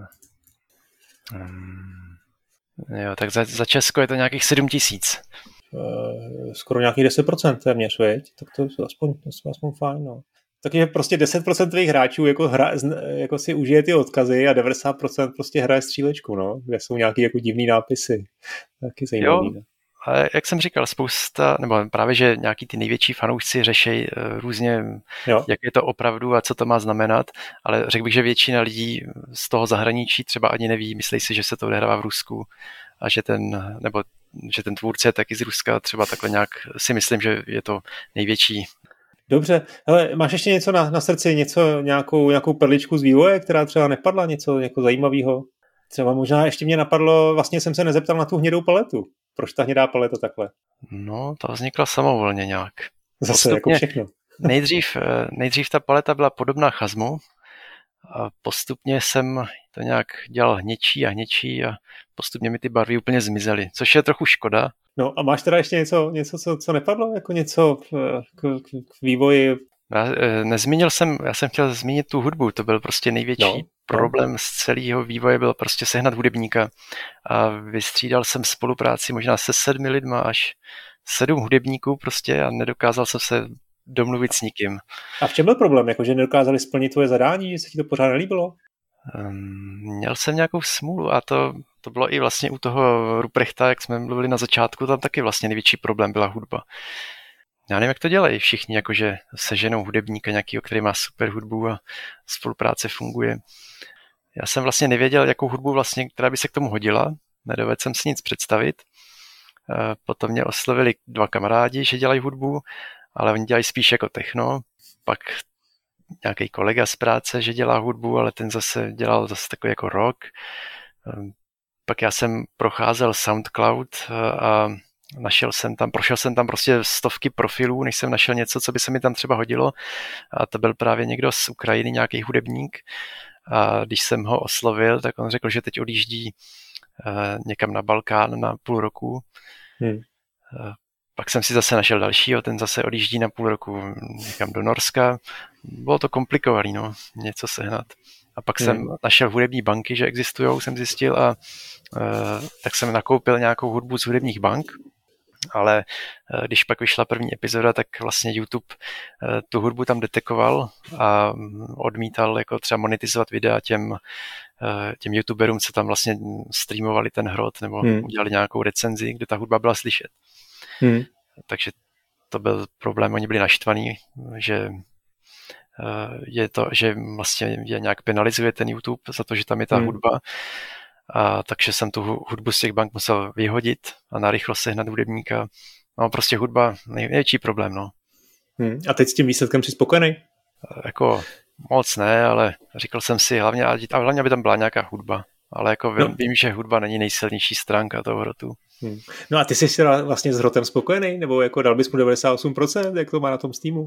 Hmm. Jo, tak za, za Česko je to nějakých sedm tisíc. Uh, skoro nějakých deset procent téměř, veď? Tak to je aspoň, to je aspoň fajn, no. Takže prostě deset procent tvých hráčů jako, hra, jako si užije ty odkazy a devadesát procent prostě hraje střílečku, no, kde jsou nějaký jako divný nápisy. Taky zajímavý. Jo, A jak jsem říkal, spousta, nebo právě, že nějaký ty největší fanoušci řešejí různě, jo. jak je to opravdu a co to má znamenat, ale řekl bych, že většina lidí z toho zahraničí třeba ani neví, myslí si, že se to odehrává v Rusku a že ten, nebo že ten tvůrce je taky z Ruska, třeba takhle nějak si myslím, že je to největší. Dobře, hele, máš ještě něco na, na srdci, něco, nějakou, nějakou perličku z vývoje, která třeba nepadla, něco jako zajímavého? Třeba možná ještě mě napadlo, vlastně jsem se nezeptal na tu hnědou paletu. Proč ta hnědá paleta takhle? No, to vznikla samovolně nějak. Zase postupně, jako všechno. nejdřív, nejdřív ta paleta byla podobná Chasmu a postupně jsem to nějak dělal hněčí a hněčí a postupně mi ty barvy úplně zmizely, což je trochu škoda. No a máš teda ještě něco, něco co, co nepadlo? Jako něco k, k, k vývoji? Já, nezmínil jsem, já jsem chtěl zmínit tu hudbu, to byl prostě největší no, problém no. z celého vývoje, byl prostě sehnat hudebníka a vystřídal jsem spolupráci možná se sedmi lidma až sedm hudebníků prostě a nedokázal jsem se domluvit s nikým. A v čem byl problém? Jako, že nedokázali splnit tvoje zadání, že se ti to pořád nelíbilo? Um, měl jsem nějakou smůlu a to, to bylo i vlastně u toho Ruprechta, jak jsme mluvili na začátku, tam taky vlastně největší problém byla hudba. Já nevím, jak to dělají všichni, jakože seženou hudebníka nějakýho, který má super hudbu a spolupráce funguje. Já jsem vlastně nevěděl, jakou hudbu vlastně, která by se k tomu hodila, nedovedl jsem si nic představit. Potom mě oslovili dva kamarádi, že dělají hudbu, ale oni dělají spíš jako techno. Pak nějaký kolega z práce, že dělá hudbu, ale ten zase dělal zase takový jako rock. Pak já jsem procházel SoundCloud a našel jsem tam, prošel jsem tam prostě stovky profilů, než jsem našel něco, co by se mi tam třeba hodilo. A to byl právě někdo z Ukrajiny, nějaký hudebník. A když jsem ho oslovil, tak on řekl, že teď odjíždí někam na Balkán na půl roku. Hmm. Pak jsem si zase našel dalšího, ten zase odjíždí na půl roku někam do Norska. Bylo to komplikované, no, něco sehnat. A pak hmm. jsem našel hudební banky, že existujou, jsem zjistil a uh, tak jsem nakoupil nějakou hudbu z hudebních bank, ale uh, když pak vyšla první epizoda, tak vlastně YouTube uh, tu hudbu tam detekoval a odmítal jako třeba monetizovat videa těm, uh, těm YouTuberům, co tam vlastně streamovali ten hrot nebo hmm. udělali nějakou recenzi, kde ta hudba byla slyšet. Hmm. Takže to byl problém, oni byli naštvaní, že je to, že vlastně je nějak penalizuje ten YouTube za to, že tam je ta hmm. hudba. A takže jsem tu hudbu z těch bank musel vyhodit a narychlo sehnat hudebníka. No prostě hudba, největší problém, no. Hmm. A teď s tím výsledkem jsi spokojený? Jako moc ne, ale říkal jsem si hlavně, a hlavně, aby tam byla nějaká hudba. Ale jako vím, no. vím, že hudba není nejsilnější stránka toho hrotu. Hmm. No a ty jsi vlastně s hrotem spokojený? Nebo jako dal bys mu devadesát osm procent, jak to má na tom Steamu?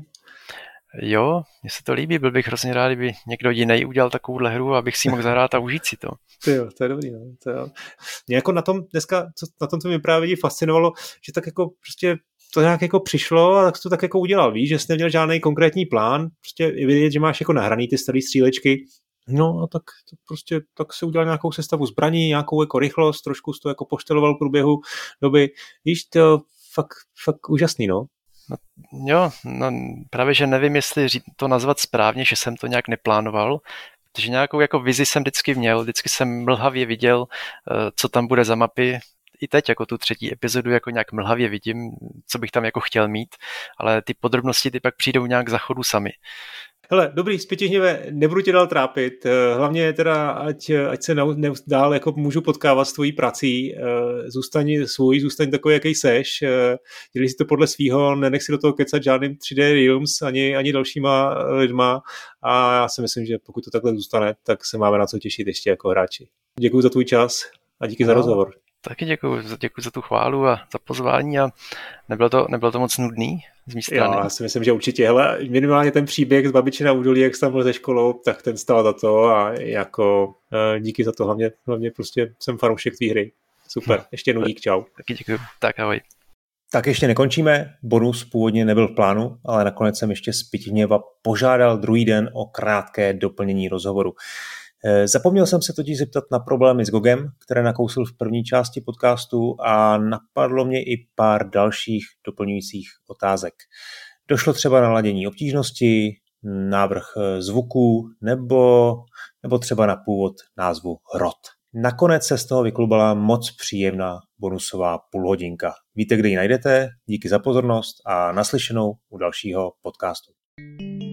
Jo, mně se to líbí, byl bych hrozně rád, kdyby někdo jiný udělal takovouhle hru, abych si mohl zahrát a užít si to. To jo, to je dobrý. No. To jo. Mě jako na tom dneska, co, na tom to mě právě fascinovalo, že tak jako prostě to nějak jako přišlo a tak to tak jako udělal, víš, že jsi neměl žádný konkrétní plán, prostě je vidět, že máš jako nahraný ty staré střílečky, no a tak to prostě tak se udělal nějakou sestavu zbraní, nějakou jako rychlost, trošku to jako pošteloval v průběhu doby, víš, to fakt, fakt úžasný, no. No, jo, no právě, že nevím, jestli to nazvat správně, že jsem to nějak neplánoval, protože nějakou jako vizi jsem vždycky měl, vždycky jsem mlhavě viděl, co tam bude za mapy, i teď jako tu třetí epizodu jako nějak mlhavě vidím, co bych tam jako chtěl mít, ale ty podrobnosti ty pak přijdou nějak za chodu sami. Hele, dobrý, zpětihněve, nebudu tě dál trápit, hlavně teda, ať, ať se dál jako můžu potkávat s tvojí prací, zůstaň svůj, zůstaň takový, jaký seš, dělej si to podle svýho, nenech si do toho kecat žádným tři dé Realms, ani, ani dalšíma lidma a já si myslím, že pokud to takhle zůstane, tak se máme na co těšit ještě jako hráči. Děkuji za tvůj čas a díky no. za rozhovor. Taky děkuji, děkuji za tu chválu a za pozvání a nebylo to, nebylo to moc nudný z mé strany. Jo, já si myslím, že určitě. Hele, minimálně ten příběh z Babičina údolí, jak jsi tam byl ze školou, tak ten stál za to a jako díky za to, hlavně, hlavně prostě jsem fanoušek tvý hry. Super, no, ještě jednou dík, čau. Taky děkuji, tak ahoj. Tak ještě nekončíme, bonus původně nebyl v plánu, ale nakonec jsem ještě zpětihněva požádal druhý den o krátké doplnění rozhovoru. Zapomněl jsem se totiž zeptat na problémy s Gogem, které nakousil v první části podcastu a napadlo mě i pár dalších doplňujících otázek. Došlo třeba na ladění obtížnosti, návrh zvuků nebo, nebo třeba na původ názvu Hrot. Nakonec se z toho vyklubala moc příjemná bonusová půlhodinka. Víte, kde ji najdete. Díky za pozornost a naslyšenou u dalšího podcastu.